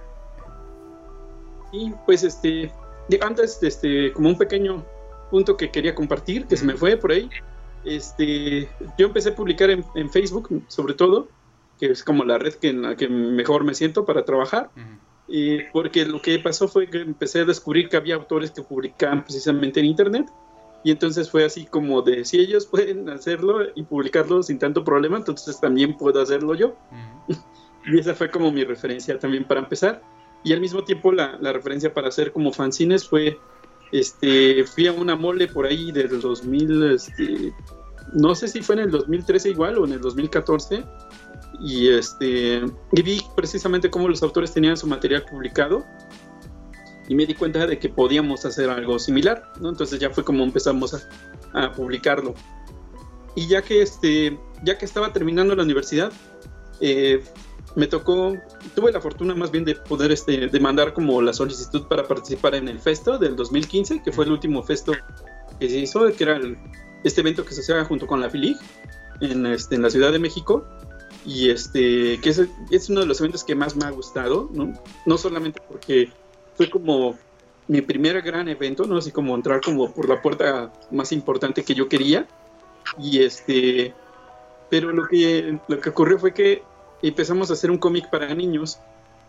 Y pues, este, antes, este, como un pequeño punto que quería compartir, que mm. se me fue por ahí, este, yo empecé a publicar en, en Facebook, sobre todo, que es como la red que, en la que mejor me siento para trabajar, mm. y porque lo que pasó fue que empecé a descubrir que había autores que publicaban precisamente en internet. Y entonces fue así como de, si ellos pueden hacerlo y publicarlo sin tanto problema, entonces también puedo hacerlo yo. Uh-huh. Y esa fue como mi referencia también para empezar. Y al mismo tiempo la, la referencia para hacer como fanzines fue, este, fui a una mole por ahí del dos mil, este, no sé si fue en el dos mil trece igual o en el dos mil catorce. Y, este, y vi precisamente cómo los autores tenían su material publicado. Y me di cuenta de que podíamos hacer algo similar, ¿no? Entonces ya fue como empezamos a, a publicarlo. Y ya que, este, ya que estaba terminando la universidad, eh, me tocó, tuve la fortuna más bien de poder este, de mandar como la solicitud para participar en el Festo del dos mil quince, que fue el último Festo que se hizo, que era el, este evento que se hacía junto con la FILIG en, este, en la Ciudad de México. Y este, que es, es uno de los eventos que más me ha gustado, ¿no? No solamente porque fue como mi primer gran evento, ¿no? Así como entrar como por la puerta más importante que yo quería. Y este, pero lo que, lo que ocurrió fue que empezamos a hacer un cómic para niños.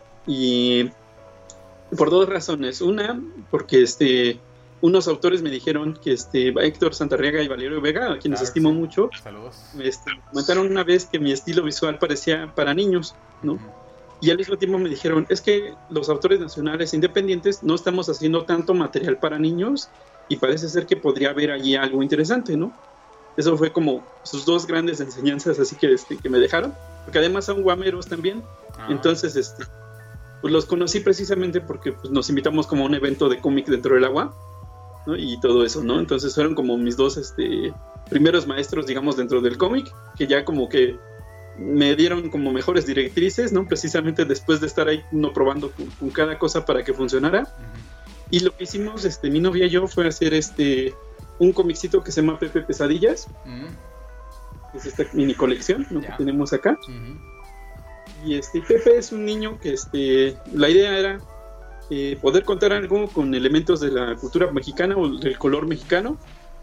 Y por dos razones. Una, porque este, unos autores me dijeron que este, Héctor Santarriaga y Valerio Vega, a quienes claro, estimo sí. mucho, saludos. Este, comentaron una vez que mi estilo visual parecía para niños, ¿no? Uh-huh. Y al mismo tiempo me dijeron, es que los autores nacionales independientes no estamos haciendo tanto material para niños y parece ser que podría haber allí algo interesante, ¿no? Eso fue como sus dos grandes enseñanzas así que, este, que me dejaron, porque además son guameros también. Ah. Entonces este, pues los conocí precisamente porque pues, nos invitamos como a un evento de cómic dentro del agua, ¿no? Y todo eso, ¿no? Entonces fueron como mis dos este, primeros maestros, digamos, dentro del cómic, que ya como que me dieron como mejores directrices, ¿no? Precisamente después de estar ahí uno probando con, con cada cosa para que funcionara. Uh-huh. Y lo que hicimos, este, mi novia y yo, fue hacer este un comicito que se llama Pepe Pesadillas. Uh-huh. Es esta mini colección, ¿no? Yeah. Que tenemos acá. Uh-huh. Y este Pepe es un niño que este, la idea era eh, poder contar algo con elementos de la cultura mexicana o del color mexicano.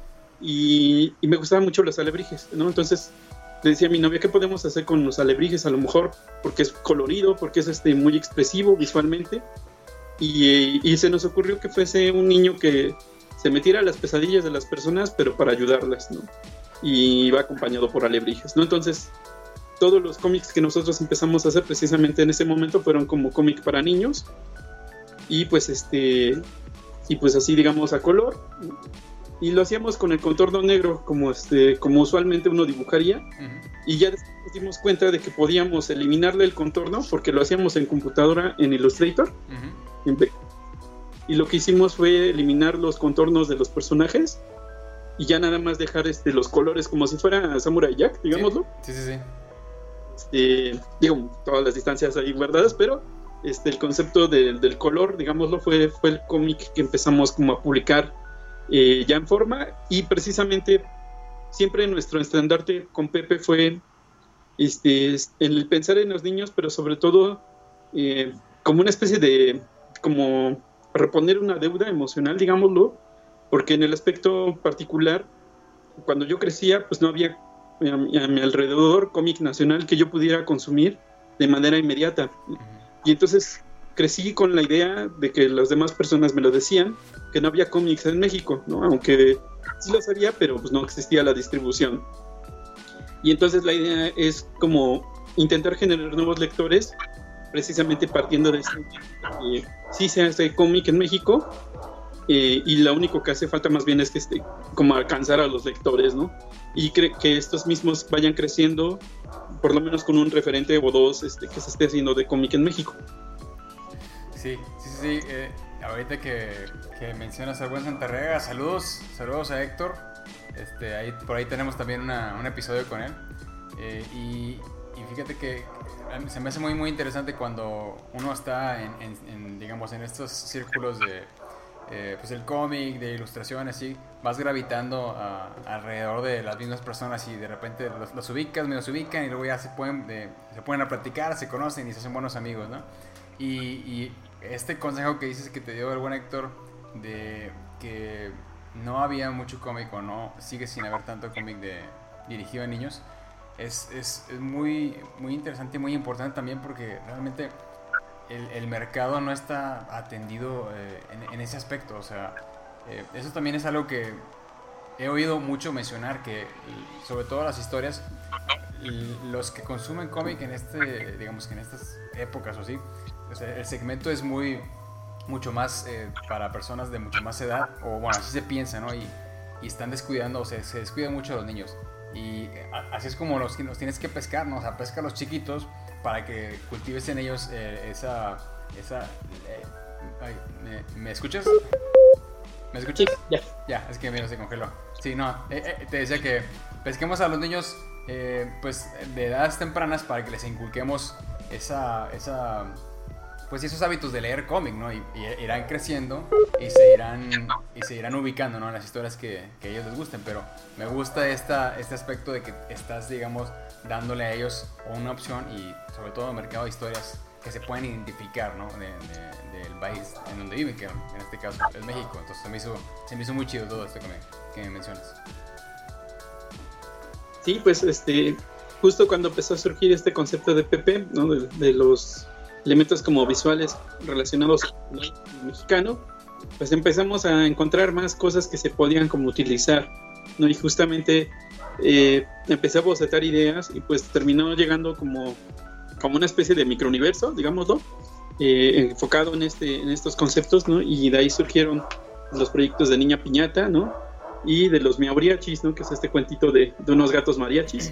Y, y me gustaban mucho los alebrijes, ¿no? Entonces le decía a mi novia, ¿qué podemos hacer con los alebrijes? A lo mejor porque es colorido, porque es este, muy expresivo visualmente. Y, y se nos ocurrió que fuese un niño que se metiera a las pesadillas de las personas, pero para ayudarlas, ¿no? Y iba acompañado por alebrijes, ¿no? Entonces, todos los cómics que nosotros empezamos a hacer precisamente en ese momento fueron como cómic para niños. Y pues, este, y pues así, digamos, a color. Y lo hacíamos con el contorno negro, como este, como usualmente uno dibujaría. Uh-huh. Y ya después nos dimos cuenta de que podíamos eliminarle el contorno, porque lo hacíamos en computadora, en Illustrator. Uh-huh. En y lo que hicimos fue eliminar los contornos de los personajes y ya nada más dejar este, los colores como si fuera Samurai Jack, digámoslo. Sí, sí, sí. Este, digo, todas las distancias ahí guardadas, pero este, el concepto de, del color, digámoslo, fue, fue el cómic que empezamos como a publicar Eh, ya en forma, y precisamente siempre nuestro estandarte con Pepe fue este, el pensar en los niños, pero sobre todo eh, como una especie de, como reponer una deuda emocional, digámoslo, porque en el aspecto particular, cuando yo crecía, pues no había a mi, a mi alrededor cómic nacional que yo pudiera consumir de manera inmediata. Y entonces crecí con la idea de que las demás personas me lo decían, que no había cómics en México, ¿no? Aunque sí lo sabía, pero pues no existía la distribución. Y entonces la idea es como intentar generar nuevos lectores, precisamente partiendo de esto. Eh, sí se hace cómic en México, eh, y lo único que hace falta más bien es que esté, como alcanzar a los lectores, ¿no? Y cre- que estos mismos vayan creciendo, por lo menos con un referente o dos este, que se esté haciendo de cómic en México. Sí, sí, sí, sí. Eh, ahorita que, que mencionas al buen Santarrega, saludos, saludos a Héctor. Este, ahí, por ahí tenemos también una, un episodio con él. Eh, y, y fíjate que se me hace muy, muy interesante cuando uno está en, en, en digamos, en estos círculos de, eh, pues el cómic, de ilustraciones, así, vas gravitando a, alrededor de las mismas personas y de repente los, los ubicas, me los ubican y luego ya se pueden, de, se pueden a platicar, se conocen y se hacen buenos amigos, ¿no? Y, y este consejo que dices que te dio el buen Héctor de que no había mucho cómic o no sigue sin haber tanto cómic de, dirigido a niños es, es, es muy, muy interesante y muy importante también porque realmente el, el mercado no está atendido eh, en, en ese aspecto. O sea, eh, eso también es algo que he oído mucho mencionar, que sobre todo las historias, los que consumen cómic en este, digamos que en estas épocas o así, o sea, el segmento es muy mucho más eh, para personas de mucho más edad, o bueno, así se piensa, ¿no? Y, y están descuidando, o sea, se descuidan mucho a los niños. Y a, así es como los, los tienes que pescar, ¿no? O sea, pesca a los chiquitos para que cultives en ellos eh, esa... esa eh, ay, ¿me, ¿me escuchas? ¿Me escuchas? Sí, ya. Ya, es que mira, se congeló. Sí, no, eh, eh, te decía que pesquemos a los niños eh, pues de edades tempranas para que les inculquemos esa... esa pues esos hábitos de leer cómic, ¿no? Y, y irán creciendo y se irán, y se irán ubicando, ¿no? En las historias que, que a ellos les gusten. Pero me gusta esta, este aspecto de que estás, digamos, dándole a ellos una opción y sobre todo un mercado de historias que se pueden identificar, ¿no? De, de, del país en donde viven, que en este caso es México. Entonces se me hizo, se me hizo muy chido todo esto que me, que me mencionas. Sí, pues este, justo cuando empezó a surgir este concepto de Pepe, ¿no? De, de los elementos como visuales relacionados al mexicano, pues empezamos a encontrar más cosas que se podían como utilizar, ¿no? Y justamente eh, empecé a bocetar ideas y pues terminó llegando como, como una especie de microuniverso, digámoslo, eh, enfocado en, este, en estos conceptos, ¿no? Y de ahí surgieron los proyectos de Niña Piñata, ¿no? Y de los Miauriachis, ¿no? Que es este cuentito de, de unos gatos mariachis.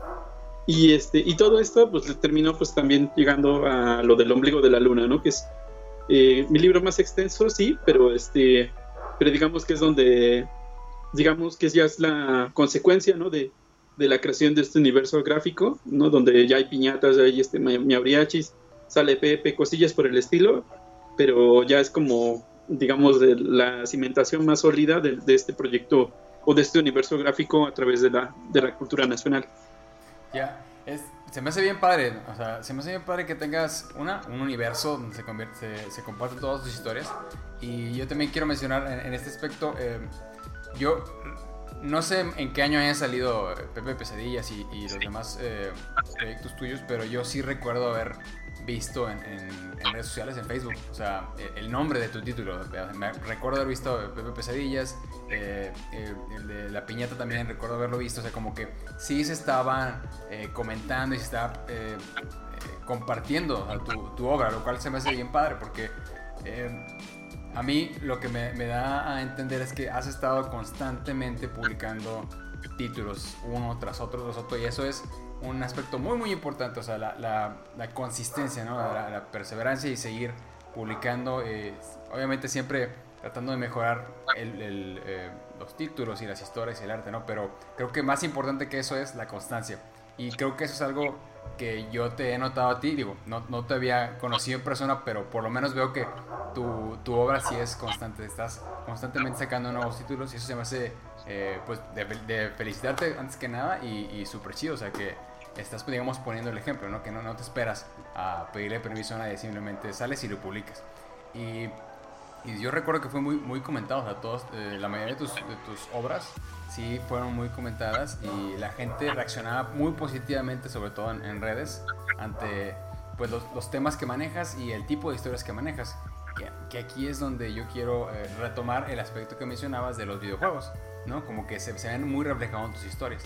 Y, este, y todo esto pues terminó pues también llegando a lo del ombligo de la luna, ¿no? Que es eh, mi libro más extenso, sí, pero este pero digamos que es donde digamos que ya es la consecuencia, ¿no? De, de la creación de este universo gráfico, ¿no? Donde ya hay piñatas, ya hay este miauriachis, sale Pepe, cosillas por el estilo, pero ya es como digamos de la cimentación más sólida de, de este proyecto o de este universo gráfico a través de la, de la cultura nacional. Ya, es, se me hace bien padre, o sea, se me hace bien padre que tengas una, un universo donde se, convierte, se, se comparten todas tus historias. Y yo también quiero mencionar en, en este aspecto, eh, yo no sé en qué año hayan salido Pepe Pesadillas y, y los demás eh, proyectos tuyos, pero yo sí recuerdo haber visto en, en, en redes sociales, en Facebook, o sea, el nombre de tu título. Me recuerdo haber visto Pepe Pesadillas, eh, eh, el de La Piñata también recuerdo haberlo visto, o sea, como que sí se estaban eh, comentando y se estaba eh, eh, compartiendo, o sea, tu, tu obra, lo cual se me hace bien padre, porque eh, a mí lo que me, me da a entender es que has estado constantemente publicando títulos uno tras otro, tras otro, y eso es un aspecto muy muy importante, o sea, la, la, la consistencia, ¿no? La, la perseverancia y seguir publicando, eh, obviamente siempre tratando de mejorar el, el, eh, los títulos y las historias y el arte, ¿no? Pero creo que más importante que eso es la constancia, y creo que eso es algo que yo te he notado a ti, digo, no, no te había conocido en persona, pero por lo menos veo que tu, tu obra sí es constante, estás constantemente sacando nuevos títulos y eso se me hace, eh, pues, de, de felicitarte antes que nada y, y súper chido, o sea, que estás, digamos, poniendo el ejemplo, ¿no? Que no, no te esperas a pedirle permiso a nadie, simplemente sales y lo publicas. Y, y yo recuerdo que fue muy, muy comentado, o sea, todos, eh, la mayoría de tus, de tus obras sí fueron muy comentadas y la gente reaccionaba muy positivamente, sobre todo en, en redes, ante pues, los, los temas que manejas y el tipo de historias que manejas. Que, que aquí es donde yo quiero eh, retomar el aspecto que mencionabas de los videojuegos, ¿no? Como que se, se ven muy reflejados en tus historias.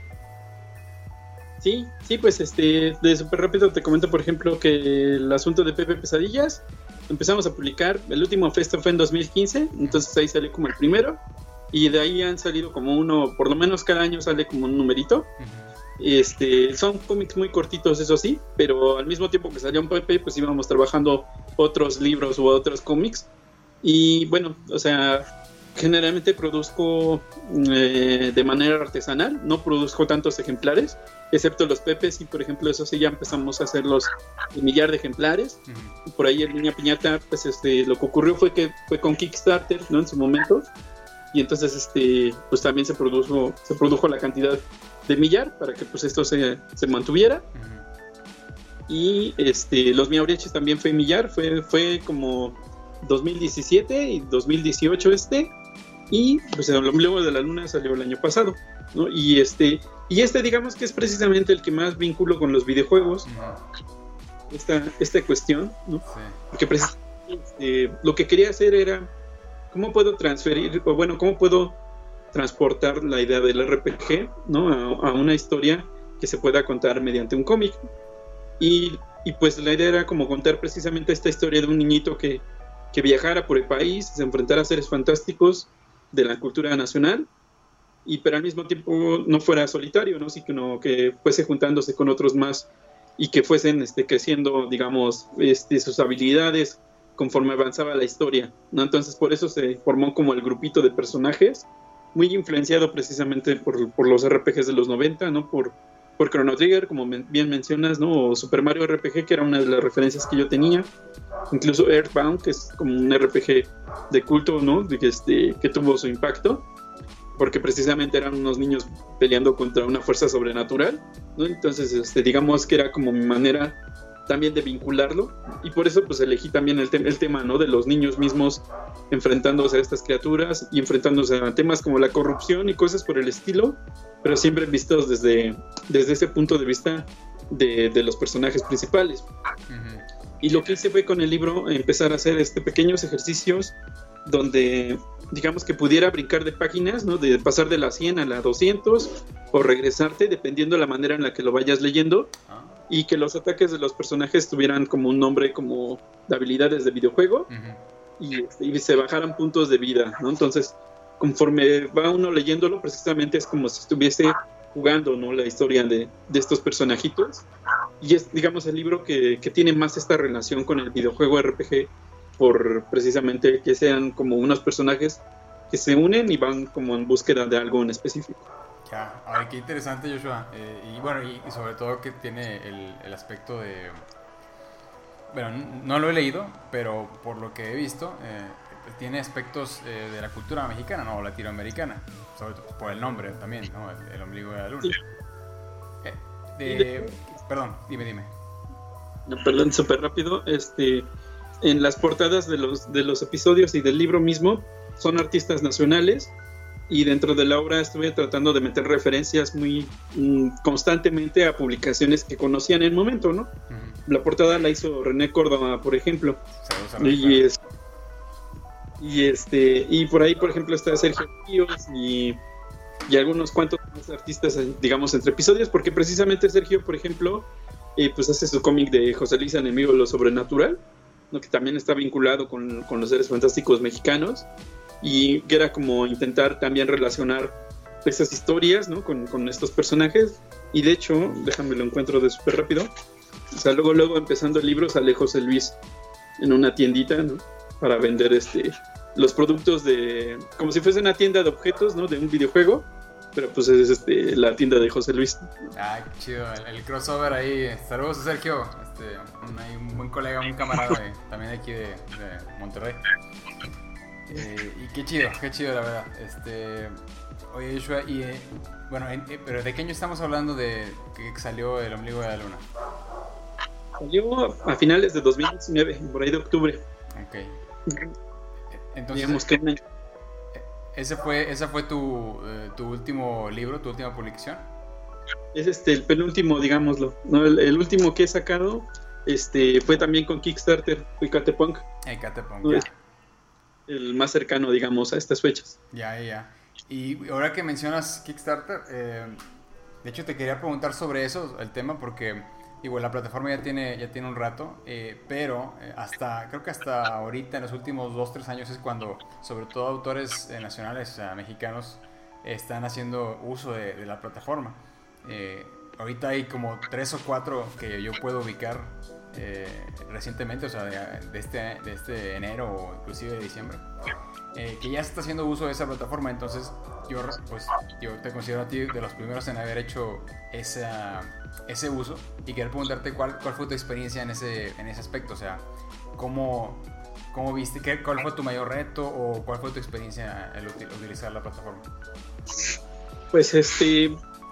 Sí, sí, pues este, de súper rápido te comento, por ejemplo, que el asunto de Pepe Pesadillas empezamos a publicar, el último festo fue en dos mil quince, entonces ahí salió como el primero, y de ahí han salido como uno, por lo menos cada año sale como un numerito. Uh-huh. Este, son cómics muy cortitos, eso sí, pero al mismo tiempo que salió un Pepe, pues íbamos trabajando otros libros u otros cómics, y bueno, o sea, generalmente produzco eh, de manera artesanal, no produzco tantos ejemplares, excepto los Pepes, y por ejemplo eso sí ya empezamos a hacer los un millar de ejemplares. Uh-huh. Por ahí en Niña Piñata, pues este, lo que ocurrió fue que fue con Kickstarter, ¿no? En su momento, y entonces este, pues también se produjo, se produjo la cantidad de millar para que pues esto se, se mantuviera. Uh-huh. Y este, los Miaureches también fue millar, fue, fue como dos mil diecisiete y dos mil dieciocho este, y pues el ombligo de la luna salió el año pasado, ¿no? Y este, y este digamos que es precisamente el que más vinculo con los videojuegos, uh-huh. esta, esta cuestión, ¿no? Sí. Porque precisamente este, lo que quería hacer era cómo puedo transferir, o bueno, cómo puedo transportar la idea del R P G, ¿no? a, a una historia que se pueda contar mediante un cómic. Y, y pues la idea era como contar precisamente esta historia de un niñito que, que viajara por el país, se enfrentara a seres fantásticos de la cultura nacional, y pero al mismo tiempo no fuera solitario, ¿no? Sino que fuese juntándose con otros más y que fuesen este, creciendo, digamos, este, sus habilidades conforme avanzaba la historia, ¿no? Entonces por eso se formó como el grupito de personajes, muy influenciado precisamente por, por los R P Gs de los noventa, ¿no? Por, por Chrono Trigger, como men- bien mencionas, ¿no? O Super Mario R P G, que era una de las referencias que yo tenía. Incluso Earthbound, que es como un R P G de culto, ¿no? De que, este, que tuvo su impacto, porque precisamente eran unos niños peleando contra una fuerza sobrenatural, ¿no? Entonces, este, digamos que era como mi manera también de vincularlo, y por eso pues elegí también el, te- el tema, ¿no? De los niños mismos enfrentándose a estas criaturas y enfrentándose a temas como la corrupción y cosas por el estilo, pero siempre vistos desde, desde ese punto de vista de, de los personajes principales. Uh-huh. Y lo que hice fue con el libro empezar a hacer este pequeños ejercicios donde digamos que pudiera brincar de páginas, ¿no? De pasar de la cien a la doscientos o regresarte dependiendo de la manera en la que lo vayas leyendo, y que los ataques de los personajes tuvieran como un nombre como de habilidades de videojuego. Uh-huh. y, y se bajaran puntos de vida, ¿no? Entonces conforme va uno leyéndolo, precisamente es como si estuviese jugando, ¿no? La historia de, de estos personajitos, y es digamos el libro que, que tiene más esta relación con el videojuego R P G, por precisamente que sean como unos personajes que se unen y van como en búsqueda de algo en específico. Ya, ay, qué interesante, Joshua. Eh, y bueno, y, y sobre todo que tiene el, el aspecto de... Bueno, no lo he leído, pero por lo que he visto, eh, tiene aspectos eh, de la cultura mexicana, ¿no? O latinoamericana, sobre todo por el nombre también, ¿no? El, el ombligo de la luna. Sí. Eh, de, perdón, dime, dime. No, perdón, súper rápido. Este, en las portadas de los, de los episodios y del libro mismo son artistas nacionales, y dentro de la obra estuve tratando de meter referencias muy mm, constantemente a publicaciones que conocía en el momento, ¿no? Uh-huh. La portada la hizo René Córdoba, por ejemplo. Y, es, y este y por ahí, por ejemplo, está Sergio Ríos y, y algunos cuantos artistas, digamos, entre episodios, porque precisamente Sergio, por ejemplo, eh, pues hace su cómic de José Luis Enemigo de lo Sobrenatural, ¿no? Que también está vinculado con, con los seres fantásticos mexicanos, y que era como intentar también relacionar esas historias, ¿no? con, con estos personajes. Y de hecho, déjame lo encuentro de súper rápido, o sea, luego luego empezando el libro sale José Luis en una tiendita, ¿no? Para vender este los productos de, como si fuese una tienda de objetos, ¿no? De un videojuego, pero pues es este, la tienda de José Luis. Ah, qué chido, el, el crossover ahí. Saludos a Sergio, este, un, hay un buen colega, un camarada de, también de aquí de, de Monterrey. Eh, y qué chido, qué chido la verdad. Este, oye Joshua, y eh, bueno, en, eh, pero ¿de qué año estamos hablando de que salió El ombligo de la luna? Salió a finales de dos mil diecinueve, por ahí de octubre. Ok. Entonces, digamos que un año. ¿Ese fue, ese fue tu, eh, tu último libro, tu última publicación? Es este el penúltimo, digámoslo, ¿no? El, el último que he sacado este, fue también con Kickstarter, fue Catepunk. Eh, Catepunk, ¿no? ya. El más cercano, digamos, a estas fechas. Ya, ya. Y ahora que mencionas Kickstarter, eh, de hecho te quería preguntar sobre eso, el tema, porque igual la plataforma ya tiene, ya tiene un rato, eh, pero eh, hasta, creo que hasta ahorita, en los últimos dos, tres años, es cuando, sobre todo autores eh, nacionales, o sea, mexicanos, eh, están haciendo uso de, de la plataforma. Eh, ahorita hay como tres o cuatro que yo puedo ubicar eh, recientemente, o sea, de, de, este, de este enero o inclusive de diciembre, eh, que ya se está haciendo uso de esa plataforma. Entonces yo, pues, yo te considero a ti de los primeros en haber hecho esa, ese uso, y quería preguntarte cuál, cuál fue tu experiencia en ese, en ese aspecto, o sea, cómo, cómo viste, qué, cuál fue tu mayor reto o cuál fue tu experiencia al util, utilizar la plataforma. Pues este,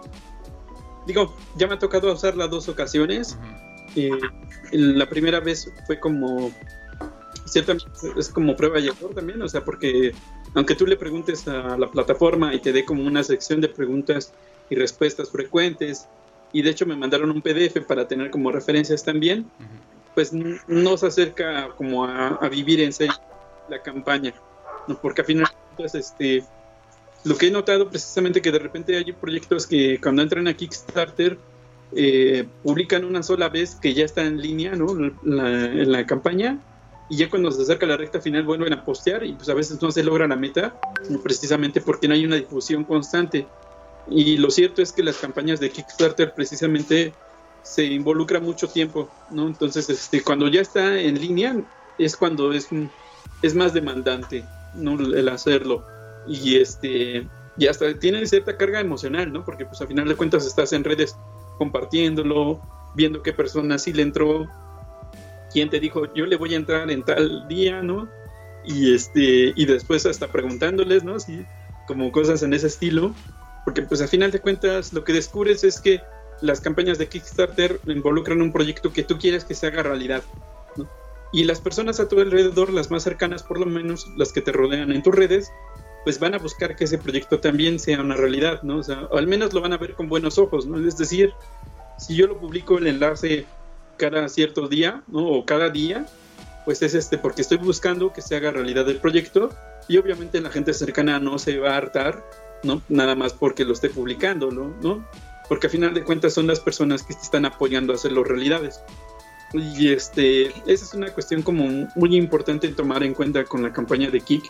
digo, ya me ha tocado usarla dos ocasiones. Uh-huh. eh, la primera vez fue como, ciertamente es como prueba y error también, o sea, porque aunque tú le preguntes a la plataforma y te dé como una sección de preguntas y respuestas frecuentes, y de hecho me mandaron un P D F para tener como referencias también, uh-huh. pues n- no se acerca como a, a vivir en serio la campaña, ¿no? Porque al final, pues, este, lo que he notado precisamente que de repente hay proyectos que cuando entran a Kickstarter eh, publican una sola vez que ya está en línea, ¿no? la, en la campaña, y ya cuando se acerca la recta final vuelven a postear y pues a veces no se logra la meta, precisamente porque no hay una difusión constante. Y lo cierto es que las campañas de Kickstarter precisamente se involucra mucho tiempo, ¿no? Entonces, este, cuando ya está en línea es cuando es, es más demandante, ¿no? El hacerlo. Y este, y hasta tiene cierta carga emocional, ¿no? Porque pues a final de cuentas estás en redes compartiéndolo, viendo qué persona sí le entró, quién te dijo yo le voy a entrar en tal día, ¿no? Y este, y después hasta preguntándoles, ¿no? Sí, como cosas en ese estilo. Porque pues a final de cuentas lo que descubres es que las campañas de Kickstarter involucran un proyecto que tú quieres que se haga realidad, ¿no? Y las personas a tu alrededor, las más cercanas por lo menos, las que te rodean en tus redes, pues van a buscar que ese proyecto también sea una realidad, ¿no? O sea, o al menos lo van a ver con buenos ojos, ¿no? Es decir, si yo lo publico el enlace cada cierto día, ¿no? O cada día, pues es este porque estoy buscando que se haga realidad el proyecto, y obviamente la gente cercana no se va a hartar, ¿no? Nada más porque lo esté publicando, ¿no? Porque a final de cuentas son las personas que te están apoyando a hacerlo realidades. Y este, esa es una cuestión como muy importante en tomar en cuenta con la campaña de Kik.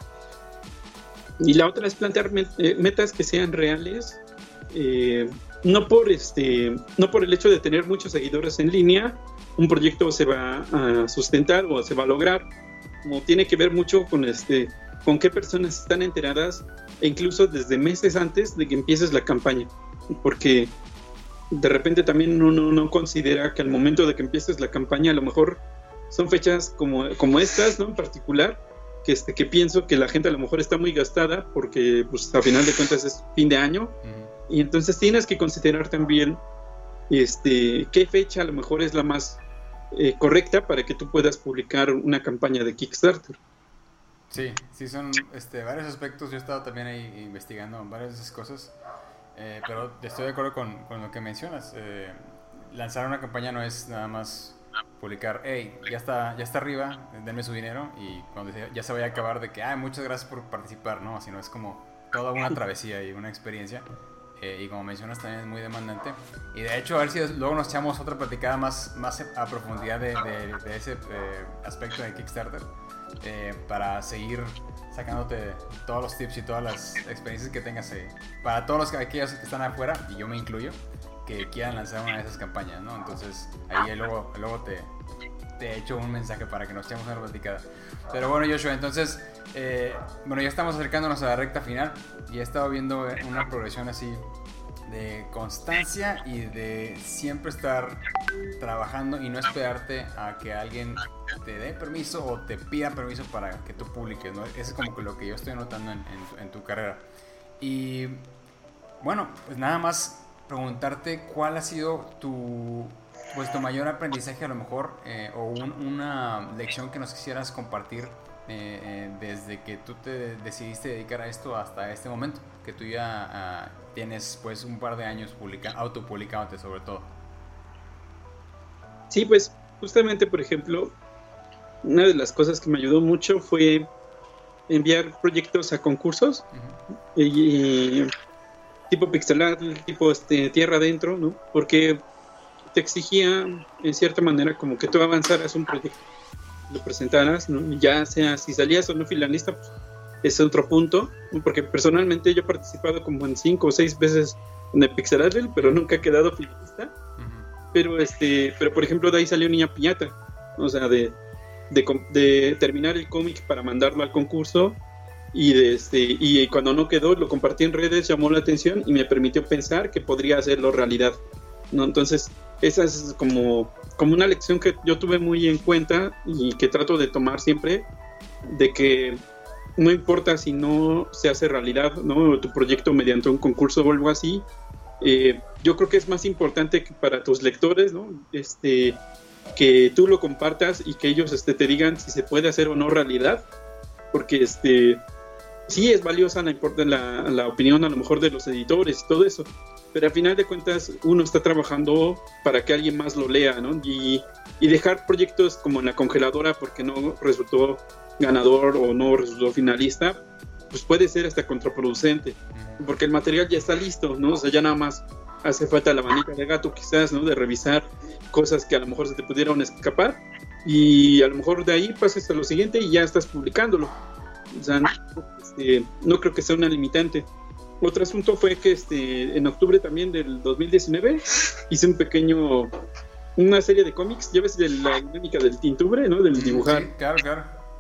Y la otra es plantear metas que sean reales, eh, no por este, no por el hecho de tener muchos seguidores en línea, un proyecto se va a sustentar o se va a lograr. Como tiene que ver mucho con este, con qué personas están enteradas, e incluso desde meses antes de que empieces la campaña, porque de repente también uno no considera que al momento de que empieces la campaña a lo mejor son fechas como, como estas, ¿no? En particular, que, este, que pienso que la gente a lo mejor está muy gastada porque pues a final de cuentas es fin de año, uh-huh. Y entonces tienes que considerar también este, qué fecha a lo mejor es la más eh, correcta para que tú puedas publicar una campaña de Kickstarter. Sí, sí, son este, varios aspectos. Yo he estado también ahí investigando varias de esas cosas, eh, pero estoy de acuerdo con, con lo que mencionas. Eh, lanzar una campaña no es nada más publicar, hey, ya está, ya está arriba, denme su dinero, y cuando ya se vaya a acabar de que, ah, muchas gracias por participar, ¿no? Sino es como toda una travesía y una experiencia, eh, y como mencionas también es muy demandante. Y de hecho, a ver si luego nos echamos otra platicada más, más a profundidad de, de, de ese eh, aspecto de Kickstarter. Eh, para seguir sacándote todos los tips y todas las experiencias que tengas eh, para todos los que, aquellos que están afuera, y yo me incluyo, que quieran lanzar una de esas campañas, ¿no? Entonces ahí luego, luego te, te echo un mensaje para que nos echemos una platicada. Pero bueno, Joshua, entonces, eh, bueno, ya estamos acercándonos a la recta final y he estado viendo una progresión así de constancia y de siempre estar trabajando y no esperarte a que alguien te dé permiso o te pida permiso para que tú publiques, ¿no? Eso es como que lo que yo estoy notando en, en, en tu carrera. Y bueno, pues nada más preguntarte cuál ha sido tu, pues, tu mayor aprendizaje a lo mejor, eh, o un, una lección que nos quisieras compartir eh, eh, desde que tú te decidiste dedicar a esto hasta este momento, que tú ya uh, tienes pues un par de años publica, autopublicándote sobre todo. Sí, pues justamente, por ejemplo, una de las cosas que me ayudó mucho fue enviar proyectos a concursos, uh-huh. y, y tipo pixelar, tipo este, tierra adentro, ¿no? Porque te exigía en cierta manera como que tú avanzaras un proyecto, lo presentaras, ¿no? Ya sea si salías o no finalista, pues, es otro punto, ¿no? Porque personalmente yo he participado como en cinco o seis veces en el Pixeladel, pero nunca he quedado finalista. Uh-huh. Pero este, pero por ejemplo de ahí salió Niña Piñata, o sea, de, de, de terminar el cómic para mandarlo al concurso. Y, de este, y cuando no quedó, lo compartí en redes, llamó la atención y me permitió pensar que podría hacerlo realidad, ¿no? Entonces, esa es como, como una lección que yo tuve muy en cuenta y que trato de tomar siempre, de que no importa si no se hace realidad, ¿no? Tu proyecto mediante un concurso o algo así, eh, yo creo que es más importante que para tus lectores, ¿no? Este, que tú lo compartas y que ellos este, te digan si se puede hacer o no realidad, porque este... sí es valiosa la, la, la opinión a lo mejor de los editores y todo eso, pero al final de cuentas uno está trabajando para que alguien más lo lea, ¿no? Y, y dejar proyectos como en la congeladora porque no resultó ganador o no resultó finalista, pues puede ser hasta contraproducente, porque el material ya está listo, ¿no? O sea, ya nada más hace falta la manita de gato quizás, ¿no? De revisar cosas que a lo mejor se te pudieron escapar y a lo mejor de ahí pasas a lo siguiente y ya estás publicándolo. O sea, no, este, no creo que sea una limitante. Otro asunto fue que este, en octubre también del dos mil diecinueve hice un pequeño, una serie de cómics, ya ves de la dinámica del tintubre, ¿no? Del dibujar. Sí, claro, claro.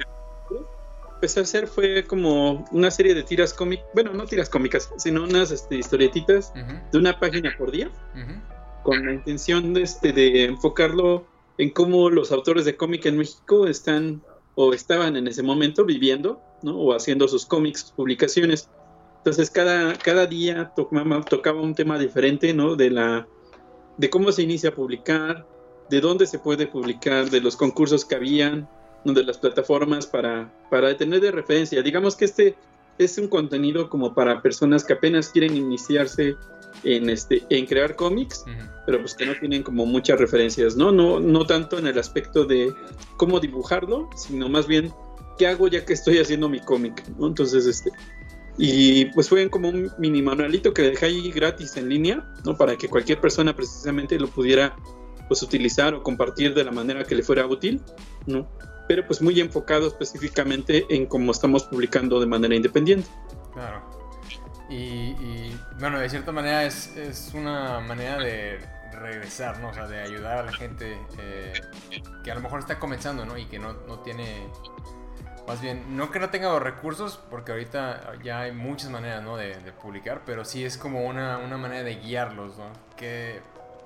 Empecé a hacer fue como una serie de tiras cómicas, bueno, no tiras cómicas, sino unas este, historietitas, uh-huh. de una página por día, uh-huh. con la intención de, este, de enfocarlo en cómo los autores de cómic en México están o estaban en ese momento viviendo, ¿no? O haciendo sus cómics, sus publicaciones. Entonces cada, cada día tocaba, tocaba un tema diferente, ¿no? De, la, de cómo se inicia a publicar, de dónde se puede publicar, de los concursos que habían, ¿no? De las plataformas para, para tener de referencia. Digamos que este es un contenido como para personas que apenas quieren iniciarse en, este, en crear cómics, uh-huh. pero pues que no tienen como muchas referencias, ¿no? No, no tanto en el aspecto de cómo dibujarlo, sino más bien qué hago ya que estoy haciendo mi cómic, ¿no? Entonces, este, y pues fue como un mini manualito que dejé ahí gratis en línea, ¿no? Para que cualquier persona precisamente lo pudiera pues utilizar o compartir de la manera que le fuera útil, ¿no? Pero pues muy enfocado específicamente en cómo estamos publicando de manera independiente. Claro. Y, y bueno, de cierta manera es, es una manera de regresar, ¿no? O sea, de ayudar a la gente eh, que a lo mejor está comenzando, ¿no? Y que no, no tiene, más bien, no que no tenga los recursos, porque ahorita ya hay muchas maneras, ¿no? De, de publicar, pero sí es como una, una manera de guiarlos, ¿no? Que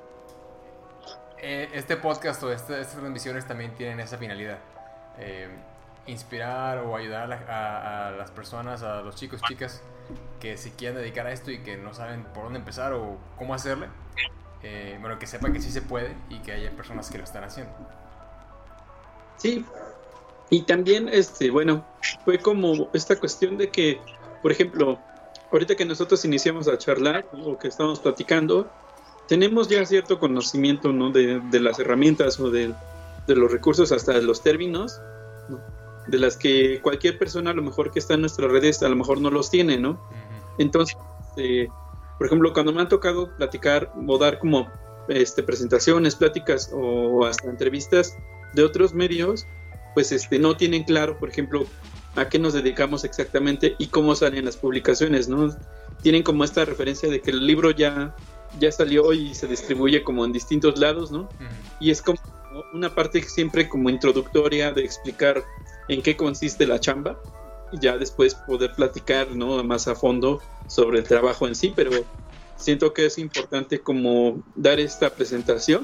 eh, este podcast o este, estas transmisiones también tienen esa finalidad. Eh, inspirar o ayudar a, la, a, a las personas, a los chicos, chicas que se quieran dedicar a esto y que no saben por dónde empezar o cómo hacerle, eh, bueno, que sepan que sí se puede y que haya personas que lo están haciendo. Sí, y también, este, bueno, fue como esta cuestión de que, por ejemplo, ahorita que nosotros iniciamos a charlar, ¿no? O que estamos platicando, tenemos ya cierto conocimiento, ¿no? de, de las herramientas o de, de los recursos, hasta de los términos, ¿no? De las que cualquier persona a lo mejor que está en nuestras redes a lo mejor no los tiene, ¿no? Uh-huh. Entonces, eh, por ejemplo, cuando me han tocado platicar o dar como este, presentaciones, pláticas o hasta entrevistas de otros medios, pues este, no tienen claro, por ejemplo, a qué nos dedicamos exactamente y cómo salen las publicaciones, ¿no? Tienen como esta referencia de que el libro ya, ya salió y se distribuye como en distintos lados, ¿no? Uh-huh. Y es como una parte siempre como introductoria de explicar en qué consiste la chamba y ya después poder platicar, ¿no?, más a fondo sobre el trabajo en sí, pero siento que es importante como dar esta presentación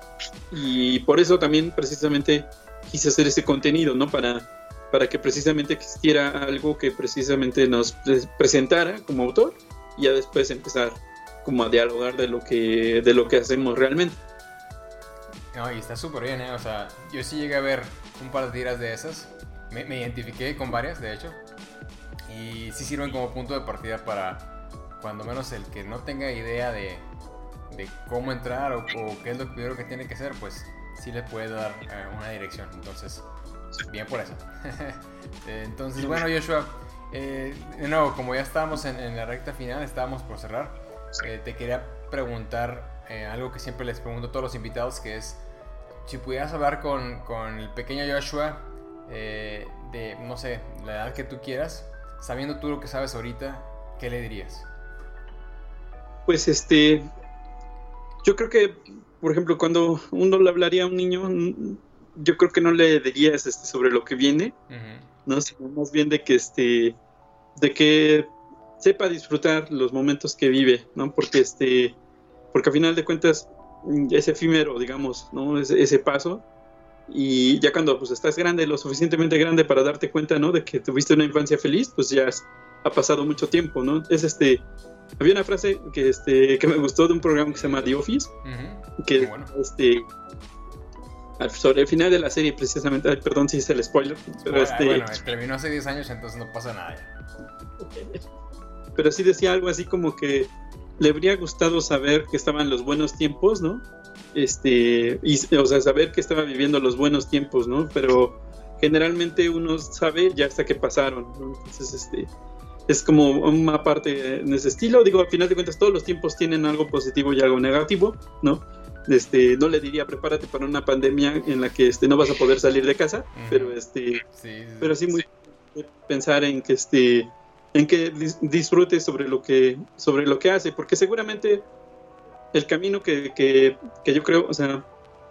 y por eso también precisamente quise hacer este contenido, ¿no?, para, para que precisamente existiera algo que precisamente nos presentara como autor y ya después empezar como a dialogar de lo que, de lo que hacemos realmente. No, y está súper bien, ¿eh? O sea, yo sí llegué a ver un par de tiras de esas. Me, me identifiqué con varias, de hecho. Y sí sirven como punto de partida para, cuando menos el que no tenga idea de, de cómo entrar o, o qué es lo primero que tiene que hacer, pues sí le puede dar eh, una dirección. Entonces, bien por eso. Entonces, bueno, Joshua, eh, de nuevo, como ya estábamos en, en la recta final, estábamos por cerrar, eh, te quería preguntar eh, algo que siempre les pregunto a todos los invitados, que es, si pudieras hablar con, con el pequeño Joshua, eh, de, no sé, la edad que tú quieras, sabiendo tú lo que sabes ahorita, ¿qué le dirías? Pues este, yo creo que, por ejemplo, cuando uno le hablaría a un niño, yo creo que no le dirías este, sobre lo que viene, uh-huh. no, sino más bien de que este, de que sepa disfrutar los momentos que vive, ¿no? Porque este, porque a final de cuentas es efímero, digamos, ¿no? Ese, ese paso. Y ya cuando pues estás grande, lo suficientemente grande para darte cuenta, ¿no?, de que tuviste una infancia feliz, pues ya has, ha pasado mucho tiempo, ¿no? Es este, había una frase que este que me gustó de un programa que se llama The Office, uh-huh. que bueno. este sobre el final de la serie precisamente, ay, perdón si es el spoiler, pero bueno, este bueno, terminó hace diez años, entonces no pasa nada ya. Pero sí decía algo así como que le habría gustado saber que estaban los buenos tiempos, ¿no? Este, y, o sea, saber que estaba viviendo los buenos tiempos, ¿no? Pero generalmente uno sabe ya hasta que pasaron, ¿no? Entonces, este, es como una parte en ese estilo. Digo, al final de cuentas, todos los tiempos tienen algo positivo y algo negativo, ¿no? Este, no le diría prepárate para una pandemia en la que este, no vas a poder salir de casa, uh-huh. pero este, sí, sí. pero sí muy pensar en que este, en que disfrute sobre lo que, sobre lo que hace, porque seguramente el camino que, que, que yo creo, o sea,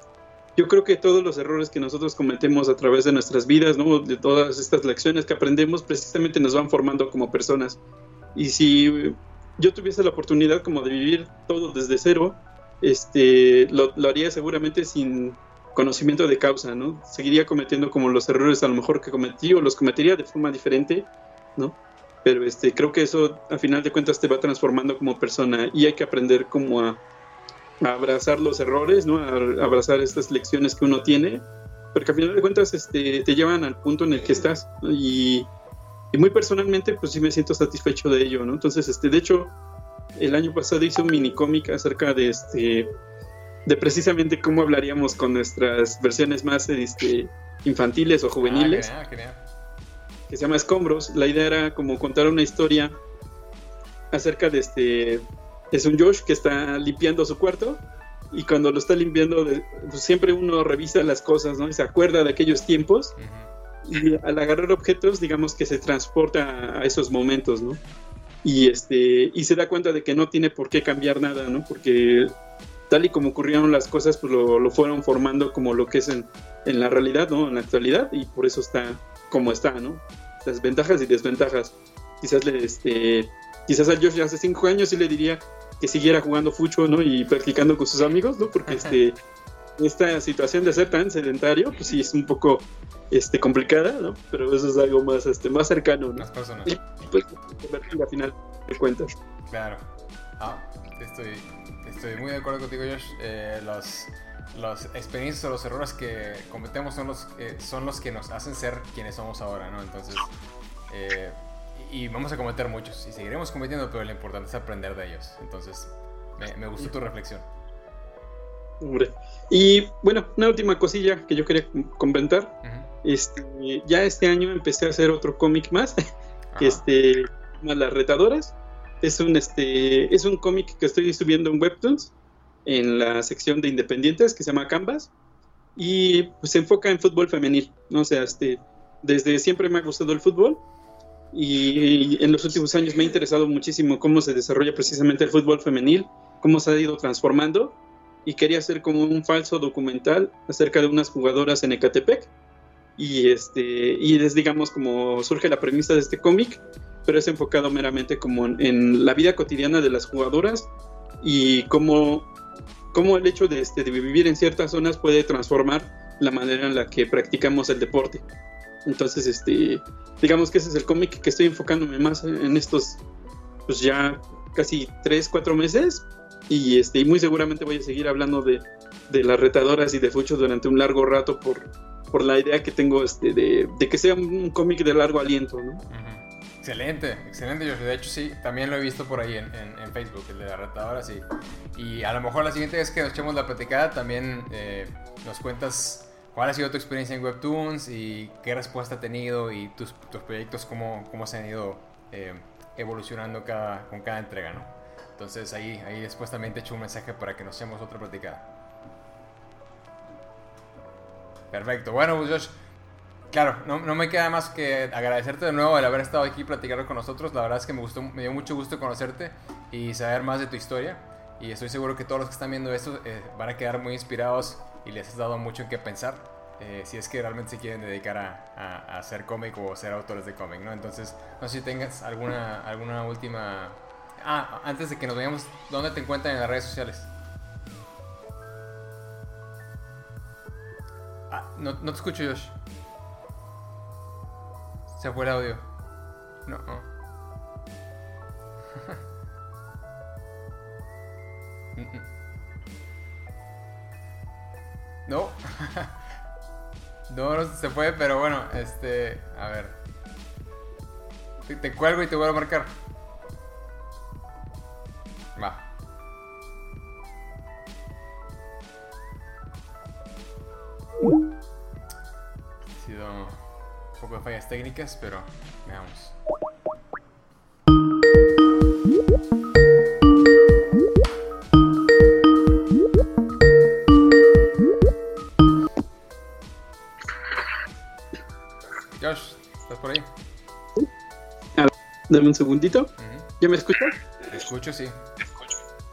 yo creo que todos los errores que nosotros cometemos a través de nuestras vidas, ¿no?, de todas estas lecciones que aprendemos, precisamente nos van formando como personas. Y si yo tuviese la oportunidad como de vivir todo desde cero, este, lo, lo haría seguramente sin conocimiento de causa, ¿no? Seguiría cometiendo como los errores a lo mejor que cometí, o los cometería de forma diferente, ¿no? Pero este, creo que eso a final de cuentas te va transformando como persona y hay que aprender como a, a abrazar los errores, ¿no? A, a abrazar estas lecciones que uno tiene, porque a final de cuentas este, te llevan al punto en el que estás, ¿no? y, y muy personalmente pues sí me siento satisfecho de ello, ¿no? Entonces, este, de hecho, el año pasado hice un mini cómic acerca de este, de precisamente cómo hablaríamos con nuestras versiones más este, infantiles o juveniles. Ah, genial, genial. Que se llama Escombros. La idea era como contar una historia acerca de este, es un Josh que está limpiando su cuarto y cuando lo está limpiando pues siempre uno revisa las cosas, ¿no? Y se acuerda de aquellos tiempos, uh-huh. y al agarrar objetos digamos que se transporta a esos momentos, ¿no? Y este y se da cuenta de que no tiene por qué cambiar nada, ¿no? Porque tal y como ocurrieron las cosas pues lo, lo fueron formando como lo que es en, en la realidad, ¿no? En la actualidad, y por eso está como está, ¿no? Las ventajas y desventajas. Quizás le, este, quizás a Josh hace cinco años sí le diría que siguiera jugando fucho, ¿no? Y practicando con sus amigos, ¿no? Porque este, esta situación de ser tan sedentario, pues sí es un poco este, complicada, ¿no? Pero eso es algo más, este, más cercano, ¿no? Más personal. Y pues al final de cuentas. Claro. Ah, estoy, estoy muy de acuerdo contigo, Josh. Eh, los Las experiencias o los errores que cometemos son los, eh, son los que nos hacen ser quienes somos ahora, ¿no? Entonces, eh, y vamos a cometer muchos y seguiremos cometiendo, pero lo importante es aprender de ellos. Entonces, me, me gustó tu reflexión. Hombre. Y bueno, una última cosilla que yo quería comentar. Uh-huh. Este, ya este año empecé a hacer otro cómic más, que este, Las Retadoras. Es un, este, es un cómic que estoy subiendo en Webtoons, en la sección de independientes, que se llama Canvas, y pues se enfoca en fútbol femenil, ¿no? O sea, este, desde siempre me ha gustado el fútbol y, y en los últimos años me ha interesado muchísimo cómo se desarrolla precisamente el fútbol femenil, cómo se ha ido transformando, y quería hacer como un falso documental acerca de unas jugadoras en Ecatepec. Y, este, y es, digamos, como surge la premisa de este cómic, pero es enfocado meramente como en, en la vida cotidiana de las jugadoras y cómo, cómo el hecho de, este, de vivir en ciertas zonas puede transformar la manera en la que practicamos el deporte. Entonces, este, digamos que ese es el cómic que estoy enfocándome más en estos, pues ya casi tres, cuatro meses, y, este, y muy seguramente voy a seguir hablando de, de las retadoras y de Fucho durante un largo rato por... por la idea que tengo este, de, de que sea un cómic de largo aliento, ¿no? Uh-huh. Excelente, excelente, Josh. De hecho, sí, también lo he visto por ahí en, en, en Facebook, el de la retadora, sí. Y a lo mejor la siguiente vez que nos echemos la platicada, también eh, nos cuentas cuál ha sido tu experiencia en Webtoons y qué respuesta ha tenido y tus, tus proyectos, cómo, cómo se han ido eh, evolucionando cada, con cada entrega, ¿no? Entonces ahí, ahí después también te echo un mensaje para que nos echemos otra platicada. Perfecto. Bueno, pues Josh, claro, no, no me queda más que agradecerte de nuevo el haber estado aquí platicando con nosotros. La verdad es que me gustó, me dio mucho gusto conocerte y saber más de tu historia. Y estoy seguro que todos los que están viendo esto eh, van a quedar muy inspirados y les has dado mucho en qué pensar. Eh, si es que realmente se quieren dedicar a, a, a hacer cómic o ser autores de cómic, ¿no? Entonces, no sé si tengas alguna, alguna última... Ah, antes de que nos vayamos, ¿dónde te encuentran en las redes sociales? Ah, no, no te escucho, Josh. Se fue el audio. No. no. no. no, no se fue, pero bueno, este... A ver. Te, te cuelgo y te vuelvo a marcar. Va. Ha sido un poco de fallas técnicas, pero veamos. Josh, ¿estás por ahí? A ver, dame un segundito. Uh-huh. ¿Ya me escuchas? Te escucho, sí. Te escucho.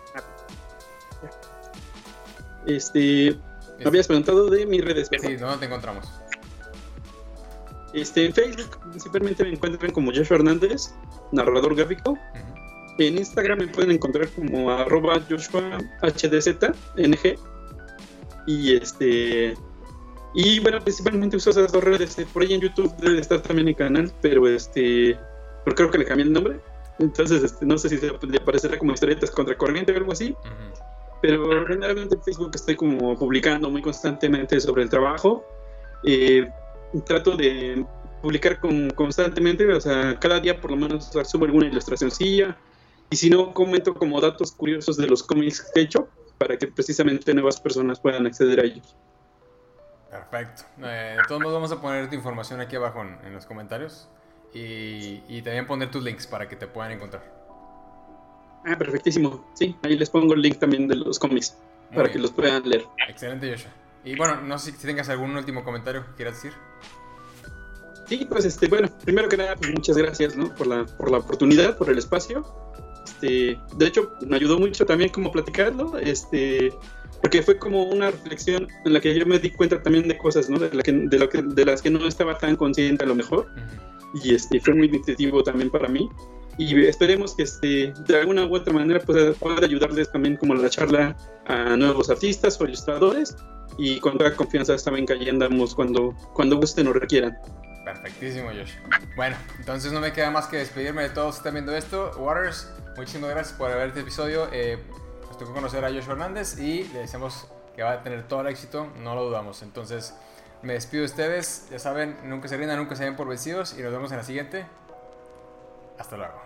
Este... Me habías preguntado de mis redes, ¿verdad? Sí, ¿dónde te encontramos? Este, en Facebook principalmente me encuentran como Joshua Hernández, narrador gráfico. Uh-huh. En Instagram me pueden encontrar como arroba Joshua H D Z N G. Y este... Y bueno, principalmente uso esas dos redes. Por ahí en YouTube debe estar también el canal, pero este... Pero creo que le cambié el nombre. Entonces, este, no sé si le aparecerá como historietas contracorriente o algo así. Uh-huh. Pero generalmente en Facebook estoy como publicando muy constantemente sobre el trabajo. Eh, trato de publicar con, constantemente, o sea, cada día por lo menos subo alguna ilustracioncilla. Y si no, comento como datos curiosos de los cómics que he hecho para que precisamente nuevas personas puedan acceder a ellos. Perfecto. Eh, de todos modos vamos a poner tu información aquí abajo en, en los comentarios. Y, y también poner tus links para que te puedan encontrar. Ah, perfectísimo. Sí, ahí les pongo el link también de los cómics Muy para bien. Que los puedan leer. Excelente, Joshua. Y bueno, no sé si tengas algún último comentario que quieras decir. Sí, pues este, bueno, primero que nada, pues muchas gracias, ¿no? Por la, por la oportunidad, por el espacio. Este, de hecho, me ayudó mucho también como platicarlo, este, porque fue como una reflexión en la que yo me di cuenta también de cosas, ¿no? De, la que, de, lo que, de las que no estaba tan consciente a lo mejor. Uh-huh. Y este, fue muy nutritivo también para mí. Y esperemos que este, de alguna u otra manera pueda, pueda ayudarles también como la charla a nuevos artistas o ilustradores, y con toda confianza también que allí andamos cuando, cuando gusten o requieran. Perfectísimo, Josh. Bueno, entonces no me queda más que despedirme de todos que están viendo esto. Waters, muchísimas gracias por ver este episodio. Eh, nos tocó conocer a Joshua Hernández y le deseamos que va a tener todo el éxito, no lo dudamos. Entonces me despido de ustedes, ya saben, nunca se rindan, nunca se den por vencidos, y nos vemos en la siguiente. Hasta luego.